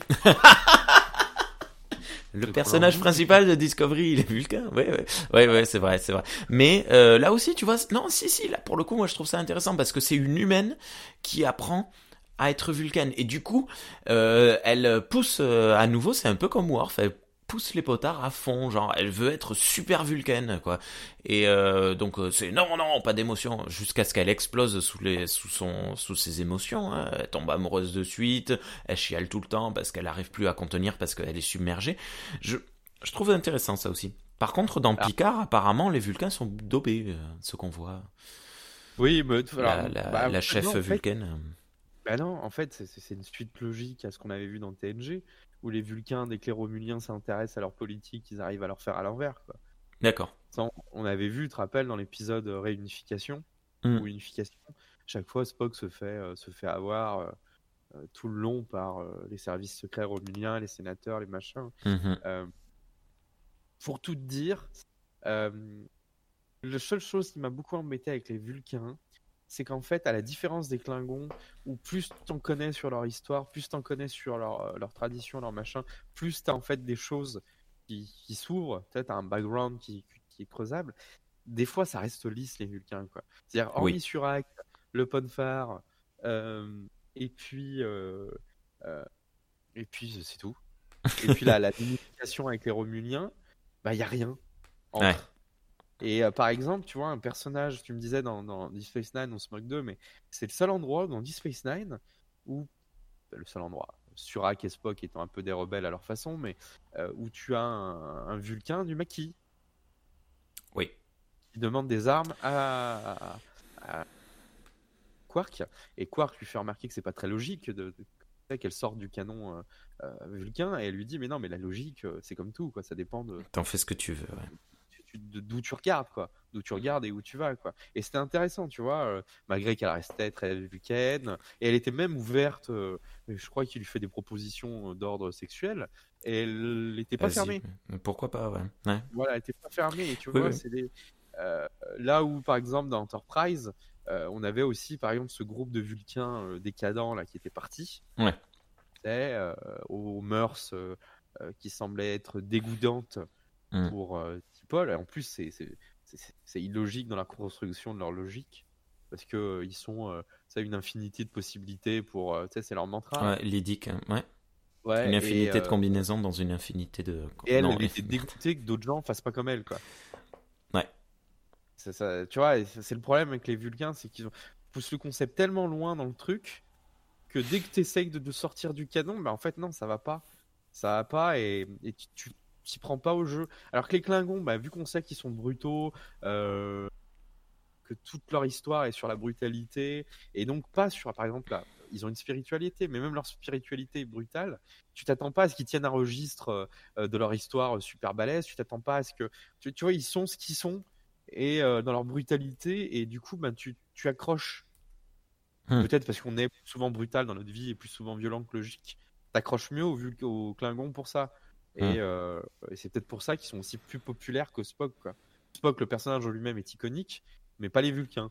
S2: Le
S3: Donc, on
S2: personnage
S3: en-
S2: principal de Discovery, il est Vulcain. Ouais, ouais, ouais, ouais, c'est vrai, c'est vrai. Mais euh, là aussi, tu vois, non, si, si, là pour le coup, moi je trouve ça intéressant parce que c'est une humaine qui apprend à être vulcaine et du coup, euh, elle pousse euh, à nouveau. C'est un peu comme Worf. Elle pousse les potards à fond, genre elle veut être super vulcaine quoi. Et euh, donc euh, c'est non non pas d'émotion jusqu'à ce qu'elle explose sous les sous son sous ses émotions. Hein. Elle tombe amoureuse de suite, elle chiale tout le temps parce qu'elle arrive plus à contenir parce qu'elle est submergée. Je je trouve intéressant ça aussi. Par contre dans
S3: Ah,
S2: Picard apparemment les Vulcains sont dopés, euh, ce qu'on voit.
S3: oui, mais alors,
S2: La la,
S3: bah,
S2: la chef
S3: non, en fait,
S2: vulcaine. euh,
S3: bah non, en fait, c'est c'est- c'est une suite logique à ce qu'on avait vu dans T N G, où les Vulcains, dès que les Romuliens s'intéressent à leur politique, ils arrivent à leur faire à l'envers, quoi.
S2: D'accord.
S3: Ça, on on avait vu, tu te rappelles, dans l'épisode euh, Réunification
S2: Hmm.
S3: ou Unification, chaque fois Spock se fait, euh, se fait avoir. euh, euh, tout le long par euh, les services secrets romuliens, les sénateurs, les machins.
S2: Mhm.
S3: Euh, pour tout te dire, euh, la seule chose qui m'a beaucoup embêté avec les Vulcains, c'est qu'en fait, à la différence des Klingons, où plus t'en connais sur leur histoire, plus t'en connais sur leur, euh, leur tradition, leur machin, plus t'as en fait des choses qui, qui s'ouvrent, peut-être un background qui, qui est creusable. Des fois, ça reste lisse, les Vulcains, quoi. C'est-à-dire, hormis
S2: Oui.
S3: Surak, le Ponfar, euh, et puis, euh, euh, et puis c'est tout. Et puis la, la communication avec les Romuliens, bah, il n'y a rien
S2: Ouais.
S3: entre. Et euh, par exemple, tu vois, un personnage, tu me disais dans, dans Deep Space Nine, on se moque d'eux, mais c'est le seul endroit dans Deep Space Nine où, bah, le seul endroit, Surak et Spock étant un peu des rebelles à leur façon, mais euh, où tu as un, un Vulcain du maquis
S2: Oui.
S3: qui demande des armes à, à, à Quark, et Quark lui fait remarquer que c'est pas très logique de, de- qu'elle sorte du canon euh, euh, Vulcain, et elle lui dit mais non, mais la logique euh, c'est comme tout, quoi, ça dépend de
S2: T'en fais ce que tu veux. Ouais.
S3: tu- de- d'où tu regardes, quoi, d'où tu regardes et où tu vas, quoi. Et c'était intéressant, tu vois, euh, malgré qu'elle restait très vulcaine, et elle était même ouverte, euh, je crois qu'il lui fait des propositions euh, d'ordre sexuel, et elle n'était pas
S2: Vas-y.
S3: fermée.
S2: Pourquoi pas, ouais. Ouais.
S3: Voilà, elle était pas fermée, et tu
S2: Oui,
S3: vois,
S2: oui.
S3: c'est des... euh, là où, par exemple, dans Enterprise, euh, on avait aussi, par exemple, ce groupe de Vulcains euh, décadents, là, qui était parti,
S2: Ouais.
S3: c'est, euh, aux mœurs euh, euh, qui semblaient être dégoûtantes
S2: Mm.
S3: pour euh, T'Pol. Et en plus, c'est, c'est, c'est, c'est illogique dans la construction de leur logique. Parce que euh, ils sont, euh, ça, une infinité de possibilités pour. euh, tu sais, c'est leur mantra, là.
S2: Ouais, Lydique, hein. Ouais. Une
S3: Ouais, et,
S2: infinité de
S3: euh,
S2: combinaisons dans une infinité de.
S3: et elle,
S2: Non,
S3: elle était dégoûtée que d'autres gens fassent pas comme elle, quoi.
S2: ouais.
S3: C'est ça, tu vois, et c'est c'est le problème avec les Vulcains, c'est qu'ils ont poussent le concept tellement loin dans le truc que dès que tu essayes de, de sortir du canon, bah en fait, non, ça va pas. Ça va pas et, et tu, tu t'y prends pas au jeu. Alors que les Klingons, bah, vu qu'on sait qu'ils sont brutaux, euh, que toute leur histoire est sur la brutalité, et donc pas sur, par exemple, là, ils ont une spiritualité, mais même leur spiritualité est brutale. Tu t'attends pas à ce qu'ils tiennent un registre euh, de leur histoire super balèze, tu t'attends pas à ce que. Tu, tu vois, ils sont ce qu'ils sont, et euh, dans leur brutalité, et du coup, bah, tu, tu accroches.
S2: Hmm.
S3: Peut-être parce qu'on est souvent brutal dans notre vie et plus souvent violent que logique. T'accroches mieux au, Vul- au Klingon pour ça.
S2: Hmm.
S3: Et, euh, et c'est peut-être pour ça qu'ils sont aussi plus populaires que Spock, quoi. Spock, le personnage en lui-même est iconique, mais pas les Vulcains.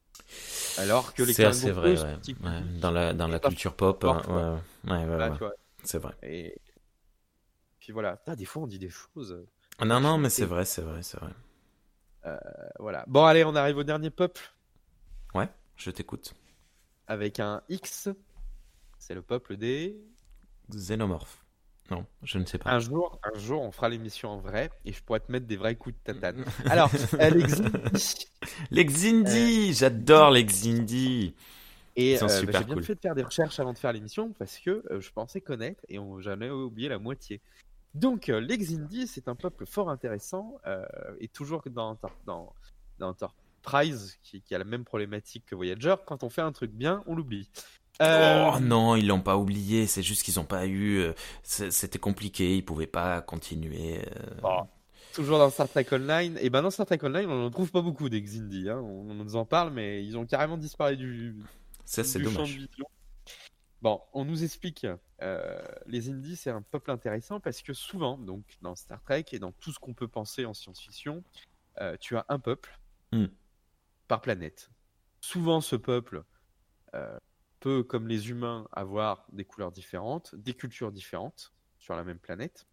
S3: Alors que les
S2: C'est assez
S3: Klingons, eux,
S2: vrai,
S3: sont
S2: ouais. Ouais.
S3: iconiques
S2: Dans la, dans
S3: et
S2: la
S3: pas
S2: culture pop,
S3: forts,
S2: hein,
S3: quoi.
S2: ouais, ouais, ouais,
S3: Voilà,
S2: ouais.
S3: tu vois.
S2: C'est vrai.
S3: Et puis voilà. Putain, des fois, on dit des choses.
S2: Non, non, mais
S3: franchement,
S2: c'est
S3: et
S2: vrai, c'est vrai, c'est vrai.
S3: euh, voilà. Bon, allez, on arrive au dernier peuple
S2: Ouais, je t'écoute.
S3: avec un X. C'est le peuple des.
S2: Xénomorphe. Non, je ne sais pas.
S3: Un jour, un jour, on fera l'émission en vrai et je pourrais te mettre des vrais coups de tatane. Alors, euh, les Xindi.
S2: Les
S3: Euh,
S2: Xindi, j'adore les Xindi. Ils
S3: et
S2: sont
S3: euh, bah,
S2: super
S3: j'ai bien
S2: cool.
S3: fait de faire des recherches avant de faire l'émission parce que euh, je pensais connaître et on, j'en avais oublié la moitié. Donc, euh, les Xindi, c'est un peuple fort intéressant euh, et toujours dans, dans, dans Enterprise qui, qui a la même problématique que Voyager. Quand on fait un truc bien, on l'oublie. Euh,
S2: Oh non, ils l'ont pas oublié, c'est juste qu'ils ont pas eu. euh, c'est- C'était compliqué, ils pouvaient pas continuer. euh.
S3: bon, toujours dans Star Trek Online. Et ben dans Star Trek Online, on n'en trouve pas beaucoup des Xindi. Hein. On, on nous en parle, mais ils ont carrément disparu du,
S2: Ça, c'est
S3: du champ de
S2: dommage.
S3: vision. Bon, on nous explique. Euh, les Indies, c'est un peuple intéressant parce que souvent, donc dans Star Trek et dans tout ce qu'on peut penser en science-fiction, euh, tu as un peuple
S2: Hmm.
S3: par planète. Souvent, ce peuple euh, peut, comme les humains, avoir des couleurs différentes, des cultures différentes sur la même planète.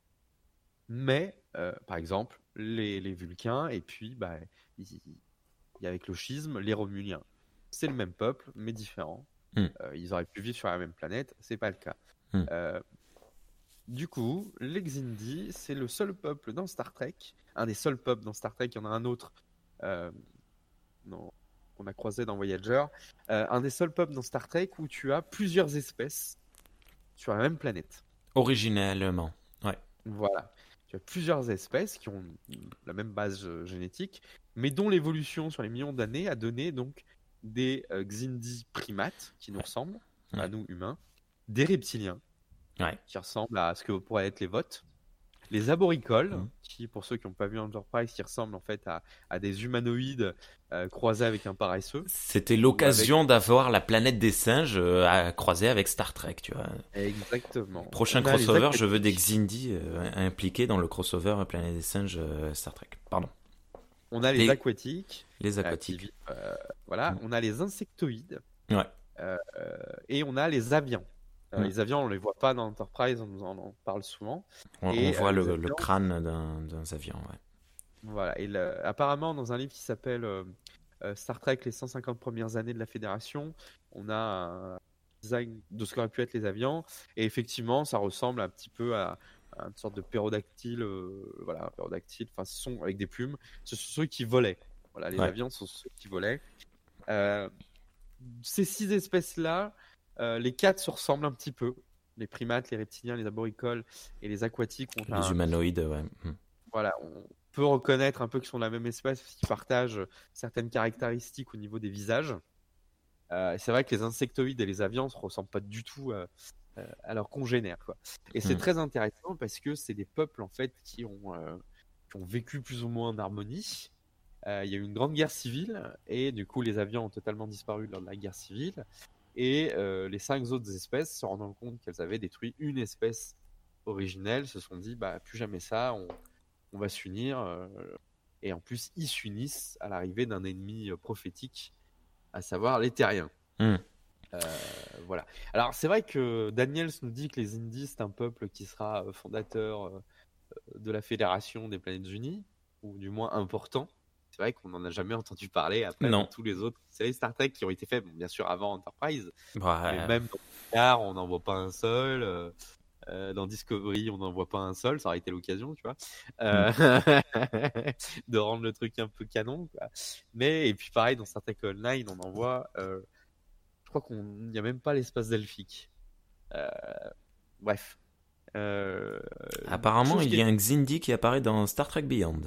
S3: Mais, euh, par exemple, les, les Vulcains, et puis, bah, il il y a avec le schisme, les Romuliens. C'est le même peuple, mais différent.
S2: Hmm.
S3: Euh, ils auraient pu vivre sur la même planète, c'est pas le cas.
S2: Hmm.
S3: Euh, du coup, les Xindi, c'est le seul peuple dans Star Trek, un des seuls peuples dans Star Trek, il y en a un autre euh, non, qu'on a croisé dans Voyager, euh, un des seuls peuples dans Star Trek où tu as plusieurs espèces sur la même planète.
S2: Originellement. Ouais.
S3: Voilà. Tu as plusieurs espèces qui ont la même base euh, génétique, mais dont l'évolution sur les millions d'années a donné donc des euh, Xindi primates qui nous
S2: Ouais.
S3: ressemblent,
S2: Ouais.
S3: à nous humains, des reptiliens
S2: Ouais.
S3: qui ressemblent à ce que pourraient être les votes, les arboricoles,
S2: Mmh.
S3: qui, pour ceux qui n'ont pas vu Enterprise, qui ressemblent en fait à, à des humanoïdes euh, croisés avec un paresseux.
S2: C'était
S3: Ou avec...
S2: l'occasion d'avoir la planète des singes euh, à croiser avec Star Trek, tu vois.
S3: Exactement.
S2: Prochain
S3: On a les
S2: crossover,
S3: aquatiques.
S2: je veux des Xindi euh, impliqués dans le crossover Planète des singes euh, Star Trek. Pardon.
S3: On a les,
S2: Les-
S3: aquatiques.
S2: Les
S3: euh, qui
S2: aquatiques.
S3: vivent, euh, voilà.
S2: Mm.
S3: On a les insectoïdes.
S2: Ouais.
S3: Euh, euh, et on a les avians. Euh,
S2: Mm.
S3: Les avions, on les voit pas dans Enterprise, on nous en, en parle souvent.
S2: On,
S3: Et,
S2: on voit
S3: euh, les
S2: le, le
S3: avions-
S2: crâne d'un, d'un avion, ouais.
S3: Voilà. Et le- apparemment, dans un livre qui s'appelle euh, euh, Star Trek, les cent cinquante premières années de la Fédération, on a un design de ce qu'auraient pu être les avions. Et effectivement, ça ressemble un petit peu à, à une sorte de pérodactyle. euh, voilà, un pérodactyle. Enfin, ce sont avec des plumes. Ce sont ceux qui volaient. Voilà, les
S2: Ouais.
S3: avions sont ceux qui volaient. Euh, ces six espèces-là, euh, les quatre se ressemblent un petit peu. Les primates, les reptiliens, les arboricoles et les aquatiques ont
S2: Les
S3: un,
S2: humanoïdes, ouais. Mm.
S3: voilà, on peut reconnaître un peu qu'ils sont de la même espèce parce qu'ils partagent certaines caractéristiques au niveau des visages. Euh, c'est vrai que les insectoïdes et les avians ne se ressemblent pas du tout euh, euh, à leurs congénères, quoi. Et c'est
S2: Mm.
S3: très intéressant parce que c'est des peuples en fait qui ont, euh, qui ont vécu plus ou moins en harmonie. Euh, il y a eu une grande guerre civile et du coup les avions ont totalement disparu lors de la guerre civile. Et euh, les cinq autres espèces, se rendant compte qu'elles avaient détruit une espèce originelle, se sont dit bah plus jamais ça, on, on va s'unir. euh, et en plus, ils s'unissent à l'arrivée d'un ennemi euh, prophétique, à savoir les Terriens.
S2: Mm.
S3: Euh, voilà. Alors c'est vrai que Daniels nous dit que les Indies c'est un peuple qui sera euh, fondateur euh, de la Fédération des Planètes Unies, ou du moins important. C'est vrai qu'on n'en a jamais entendu parler après
S2: Non.
S3: dans tous les autres séries Star Trek qui ont été faites, bon, bien sûr avant Enterprise,
S2: Ouais.
S3: mais même dans Picard, on n'en voit pas un seul. euh, euh, dans Discovery, on n'en voit pas un seul. Ça aurait été l'occasion, tu vois, euh, de rendre le truc un peu canon, quoi. Mais et puis pareil dans Star Trek Online, on en voit. Euh, je crois qu'on n'y a même pas l'espace delphique. Euh, bref. Euh,
S2: Apparemment,
S3: chose
S2: il
S3: qui
S2: y
S3: est-
S2: a un Xindi qui apparaît dans Star Trek Beyond.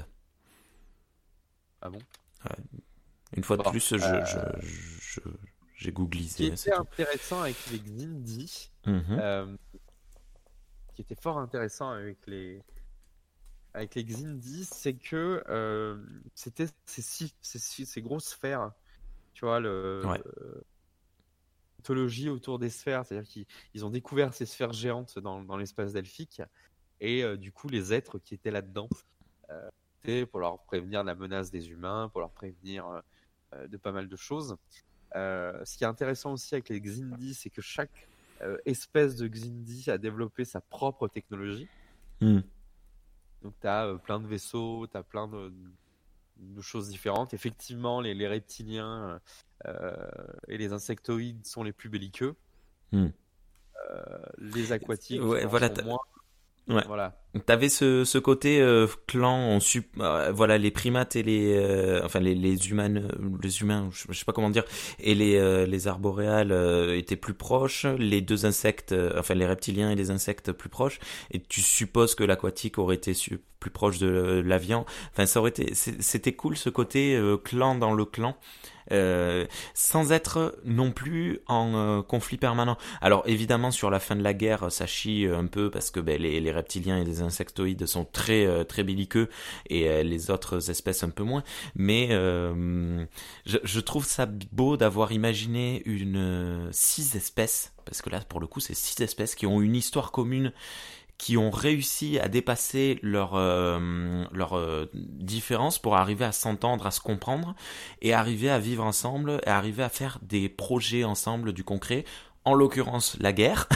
S3: Ah bon.
S2: Une fois de
S3: Bon,
S2: plus, je,
S3: euh,
S2: je, je- j'ai
S3: Ce qui
S2: googlisé,
S3: était
S2: c'est tout.
S3: intéressant avec les Xindi,
S2: Mhm.
S3: euh, qui était fort intéressant avec les avec les Xindi, c'est que euh, c'était ces, six- ces, six- ces grosses sphères, tu vois, le
S2: Ouais.
S3: mythologie autour des sphères, c'est-à-dire qu'ils ils ont découvert ces sphères géantes dans, dans l'espace delphique, et euh, du coup les êtres qui étaient là-dedans, euh, c'était pour leur prévenir de la menace des humains, pour leur prévenir euh, euh, de pas mal de choses. Euh, ce qui est intéressant aussi avec les Xindi, c'est que chaque euh, espèce de Xindi a développé sa propre technologie.
S2: Mm.
S3: Donc, tu as euh, plein de vaisseaux, tu as plein de, de choses différentes. Effectivement, les, les reptiliens euh, et les insectoïdes sont les plus belliqueux.
S2: Mm.
S3: Euh, les aquatiques
S2: Ouais,
S3: en
S2: voilà,
S3: sont
S2: t'as-
S3: moins.
S2: Ouais.
S3: Voilà.
S2: T'avais ce, ce côté euh, clan, on sup- euh, voilà, les primates et les, euh, enfin les, les humains, les humains, je, je sais pas comment dire, et les, euh, les arboréales euh, étaient plus proches, les deux insectes, euh, enfin les reptiliens et les insectes plus proches, et tu supposes que l'aquatique aurait été su- plus proche de l'avian. Enfin, ça aurait été, c'est- c'était cool ce côté euh, clan dans le clan. Euh, sans être non plus en euh, conflit permanent. Alors évidemment sur la fin de la guerre ça chie un peu parce que ben, les, les reptiliens et les insectoïdes sont très euh, très belliqueux et euh, les autres espèces un peu moins, mais euh, je, je trouve ça beau d'avoir imaginé une euh, six espèces, parce que là pour le coup c'est six espèces qui ont une histoire commune, qui ont réussi à dépasser leurs euh, leur, euh, différences pour arriver à s'entendre, à se comprendre, et arriver à vivre ensemble, et arriver à faire des projets ensemble, du concret, en l'occurrence la guerre,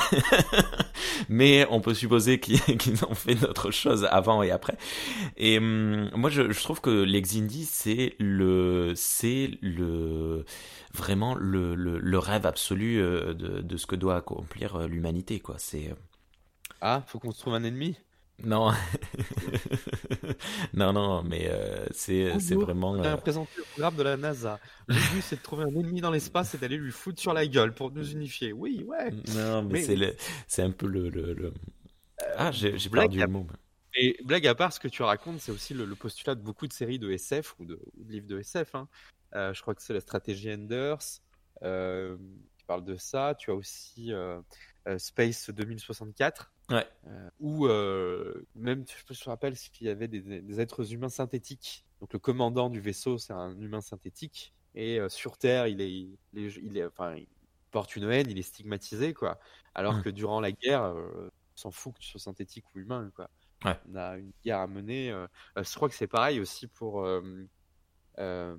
S2: mais on peut supposer qu'ils, qu'ils ont fait d'autres choses avant et après. Et hum, moi je, je trouve que les Xindi c'est le c'est le vraiment le, le, le rêve absolu euh, de, de ce que doit accomplir euh, l'humanité, quoi. C'est euh,
S3: Ah, faut qu'on se trouve un ennemi.
S2: non, non, non, mais euh, c'est c'est
S3: Bonjour,
S2: vraiment.
S3: on
S2: euh,
S3: a présenté le programme de la NASA. Le but, c'est de trouver un ennemi dans l'espace et d'aller lui foutre sur la gueule pour nous unifier. Oui, ouais.
S2: Non, mais
S3: Mais
S2: c'est
S3: oui.
S2: le, c'est un peu le, le, le- Ah, j'ai j'ai
S3: Blague
S2: perdu
S3: à,
S2: le mot.
S3: et blague à part, ce que tu racontes, c'est aussi le, le postulat de beaucoup de séries de S F ou de, ou de livres de S F, hein. Euh, je crois que c'est la stratégie Enders euh, qui parle de ça. Tu as aussi euh, euh, Space deux mille soixante-quatre
S2: Ouais.
S3: Euh, ou euh, même, je sais pas si je me rappelle s'il y avait des, des êtres humains synthétiques. Donc le commandant du vaisseau, c'est un humain synthétique. Et euh, sur Terre, il est, il est, il est, enfin, il porte une haine, il est stigmatisé, quoi. Alors
S2: Mm.
S3: que durant la guerre, euh, on s'en fout que tu sois synthétique ou humain, quoi.
S2: Ouais.
S3: On a une guerre à mener. Euh, euh, je crois que c'est pareil aussi pour euh, euh,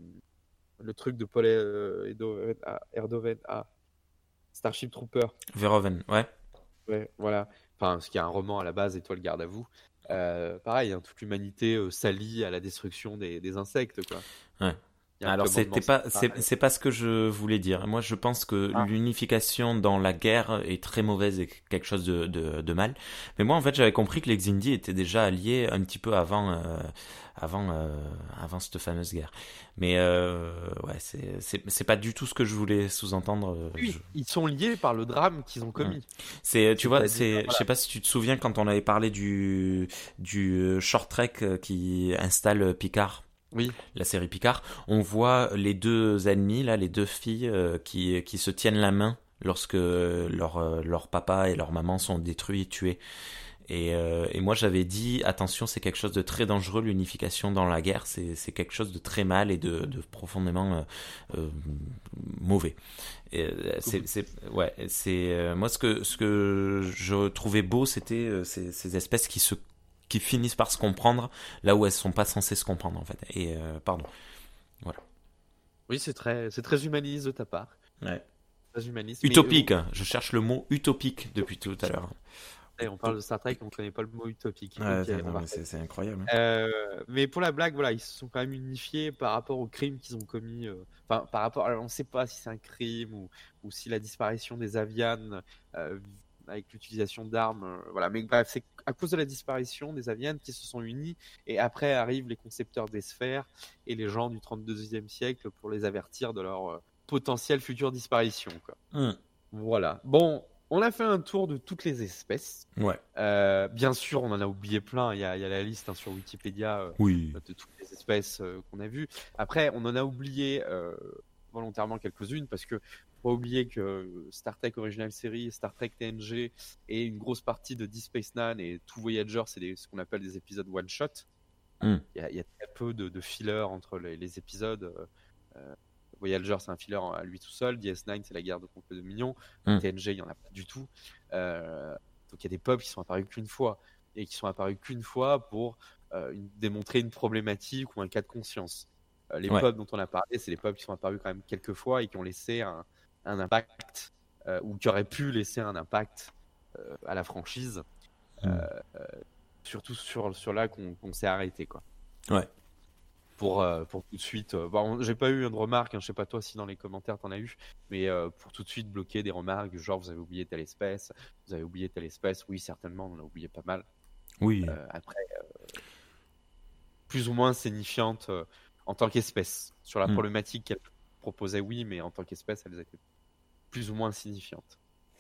S3: le truc de Paul euh, Edo- ah, Erdogan, ah, Starship Trooper.
S2: Verhoeven, ouais.
S3: Ouais, voilà. Enfin, ce qui est un roman à la base, Étoile garde à vous. Euh, pareil, hein, toute l'humanité euh, s'allie à la destruction des, des insectes, quoi.
S2: Ouais.
S3: Il y a un
S2: Alors
S3: commandement
S2: c'était pas c'est
S3: central.
S2: c'est pas ce que je voulais dire. Moi je pense que
S3: Ah,
S2: l'unification dans la guerre est très mauvaise et quelque chose de de, de mal. Mais moi en fait j'avais compris que les Xindi étaient déjà alliés un petit peu avant euh, avant euh, avant cette fameuse guerre. Mais euh, ouais c'est c'est c'est pas du tout ce que je voulais sous-entendre. euh,
S3: oui,
S2: je-
S3: ils sont liés par le drame qu'ils ont
S2: Mm.
S3: commis.
S2: C'est tu vois
S3: C'est-à-dire,
S2: c'est je
S3: voilà.
S2: sais pas si tu te souviens quand on avait parlé du du euh, short trek euh, qui installe Picard.
S3: Oui,
S2: La série Picard, on voit les deux ennemis, là, les deux filles euh, qui, qui se tiennent la main lorsque leur, euh, leur papa et leur maman sont détruits et tués. Et, euh, et moi j'avais dit, attention, c'est quelque chose de très dangereux, l'unification dans la guerre, c'est, c'est quelque chose de très mal et de, de profondément euh, euh, mauvais. Et, euh, c'est, c'est, ouais, c'est, euh, moi ce que, ce que je trouvais beau, c'était euh, ces, ces espèces qui se qui finissent par se comprendre là où elles sont pas censées se comprendre en fait. Et euh, pardon. Voilà.
S3: oui, c'est très, c'est très humaniste de ta part.
S2: Ouais.
S3: Très humaniste. Mais
S2: Utopique. hein. Je cherche le mot utopique depuis tout à l'heure.
S3: eh, on parle de Star Trek, on ne connaît pas le mot utopique.
S2: Ouais,
S3: Ok,
S2: non,
S3: on va
S2: mais c'est, c'est incroyable. hein.
S3: Euh, mais pour la blague, voilà, ils se sont quand même unifiés par rapport aux crimes qu'ils ont commis. euh, Enfin, par rapport. Alors, on ne sait pas si c'est un crime ou, ou si la disparition des Avianes euh, avec l'utilisation d'armes. euh, voilà, mais bref, c'est à cause de la disparition des Avianes qui se sont unis. Et après arrivent les concepteurs des sphères et les gens du trente-deuxième siècle pour les avertir de leur euh, potentielle future disparition, quoi.
S2: Hum.
S3: Voilà. Bon, on a fait un tour de toutes les espèces.
S2: Ouais.
S3: Euh, bien sûr, on en a oublié plein. Il y a, il y a la liste hein, sur Wikipédia euh,
S2: Oui.
S3: de toutes les espèces euh, qu'on a vues. Après, on en a oublié euh, volontairement quelques-unes parce que faut pas oublier que Star Trek Original Series, Star Trek T N G et une grosse partie de Deep Space Nine et tout Voyager, c'est des- ce qu'on appelle des épisodes one shot.
S2: Hum.
S3: Il y a, il y a très peu de, de fillers entre les, les épisodes. euh, euh, Voyager, c'est un filler à lui tout seul. D S neuf, c'est la guerre de contre le Dominion.
S2: Mm.
S3: T N G, il n'y en a pas du tout. Euh, donc il y a des pubs qui sont apparus qu'une fois. Et qui sont apparus qu'une fois pour euh, une- démontrer une problématique ou un cas de conscience. Euh, les
S2: Ouais.
S3: pubs dont on a parlé, c'est les pubs qui sont apparus quand même quelques fois et qui ont laissé un, un impact, euh, ou qui auraient pu laisser un impact euh, à la franchise.
S2: Mm.
S3: Euh, euh, surtout sur, sur là qu'on qu'on s'est arrêté, quoi.
S2: Ouais.
S3: Pour, euh, pour tout de suite. euh, bon, j'ai pas eu de remarques, hein, je sais pas toi si dans les commentaires t'en as eu, mais euh, pour tout de suite bloquer des remarques du genre vous avez oublié telle espèce, vous avez oublié telle espèce, oui certainement on en a oublié pas mal.
S2: Oui.
S3: Euh, après, euh, plus ou moins signifiantes euh, en tant qu'espèce. Sur la
S2: Mm.
S3: problématique qu'elle proposait, oui, mais en tant qu'espèce, elles étaient plus ou moins signifiantes.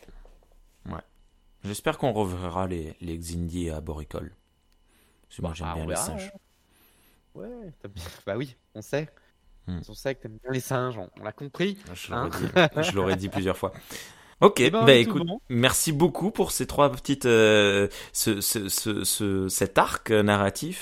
S2: Ouais. J'espère qu'on reverra les, les Xindi à Boricole. Parce que moi j'aime
S3: Ah,
S2: bien
S3: on
S2: les
S3: verra,
S2: singes.
S3: hein. Ouais, t'as bien- bah oui, on sait.
S2: Mm.
S3: On sait que t'aimes bien les singes, on, on l'a compris.
S2: Je
S3: Hein.
S2: l'aurais dit, je l'aurais dit plusieurs fois. Ok,
S3: Eh ben,
S2: bah
S3: on est tout
S2: écoute,
S3: bon.
S2: merci beaucoup pour ces trois petites, euh, ce, ce, ce, ce- cet arc narratif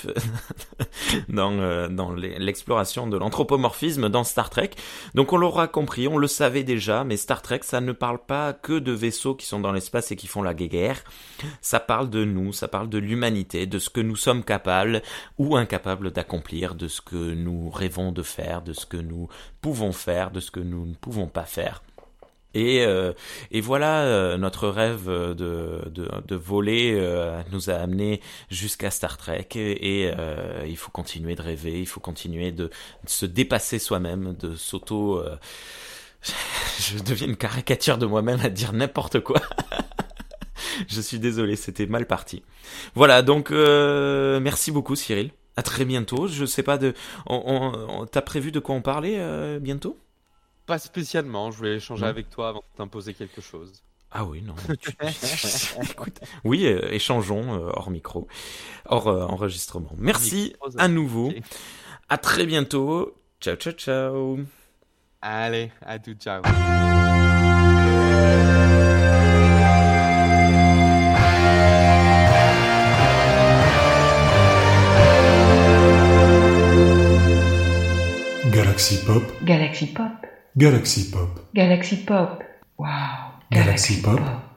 S2: dans, euh, dans les- l'exploration de l'anthropomorphisme dans Star Trek. Donc on l'aura compris, on le savait déjà, mais Star Trek, ça ne parle pas que de vaisseaux qui sont dans l'espace et qui font la guerre. Ça parle de nous, ça parle de l'humanité, de ce que nous sommes capables ou incapables d'accomplir, de ce que nous rêvons de faire, de ce que nous pouvons faire, de ce que nous ne pouvons pas faire. Et, euh, et voilà, euh, notre rêve de, de, de voler euh, nous a amené jusqu'à Star Trek et, et euh, il faut continuer de rêver, il faut continuer de, de se dépasser soi-même, de s'auto... euh, je deviens une caricature de moi-même à dire n'importe quoi. Je suis désolé, c'était mal parti. Voilà, donc euh, merci beaucoup Cyril. À très bientôt. Je sais pas de... On, on, on- t'as prévu de quoi on parlait euh, bientôt ?
S3: Pas spécialement, je voulais échanger
S2: Non.
S3: avec toi avant de t'imposer quelque chose.
S2: Ah oui, non. tu- Écoute, oui, euh, échangeons euh, hors micro, hors euh, enregistrement. Merci
S3: Micro, ça-
S2: à nouveau.
S3: Ok.
S2: À très bientôt. Ciao, ciao, ciao.
S3: Allez, à tout, ciao.
S1: Galaxy Pop.
S4: Galaxy Pop.
S1: Galaxy Pop.
S4: Galaxy Pop. Wow.
S1: Galaxy Pop.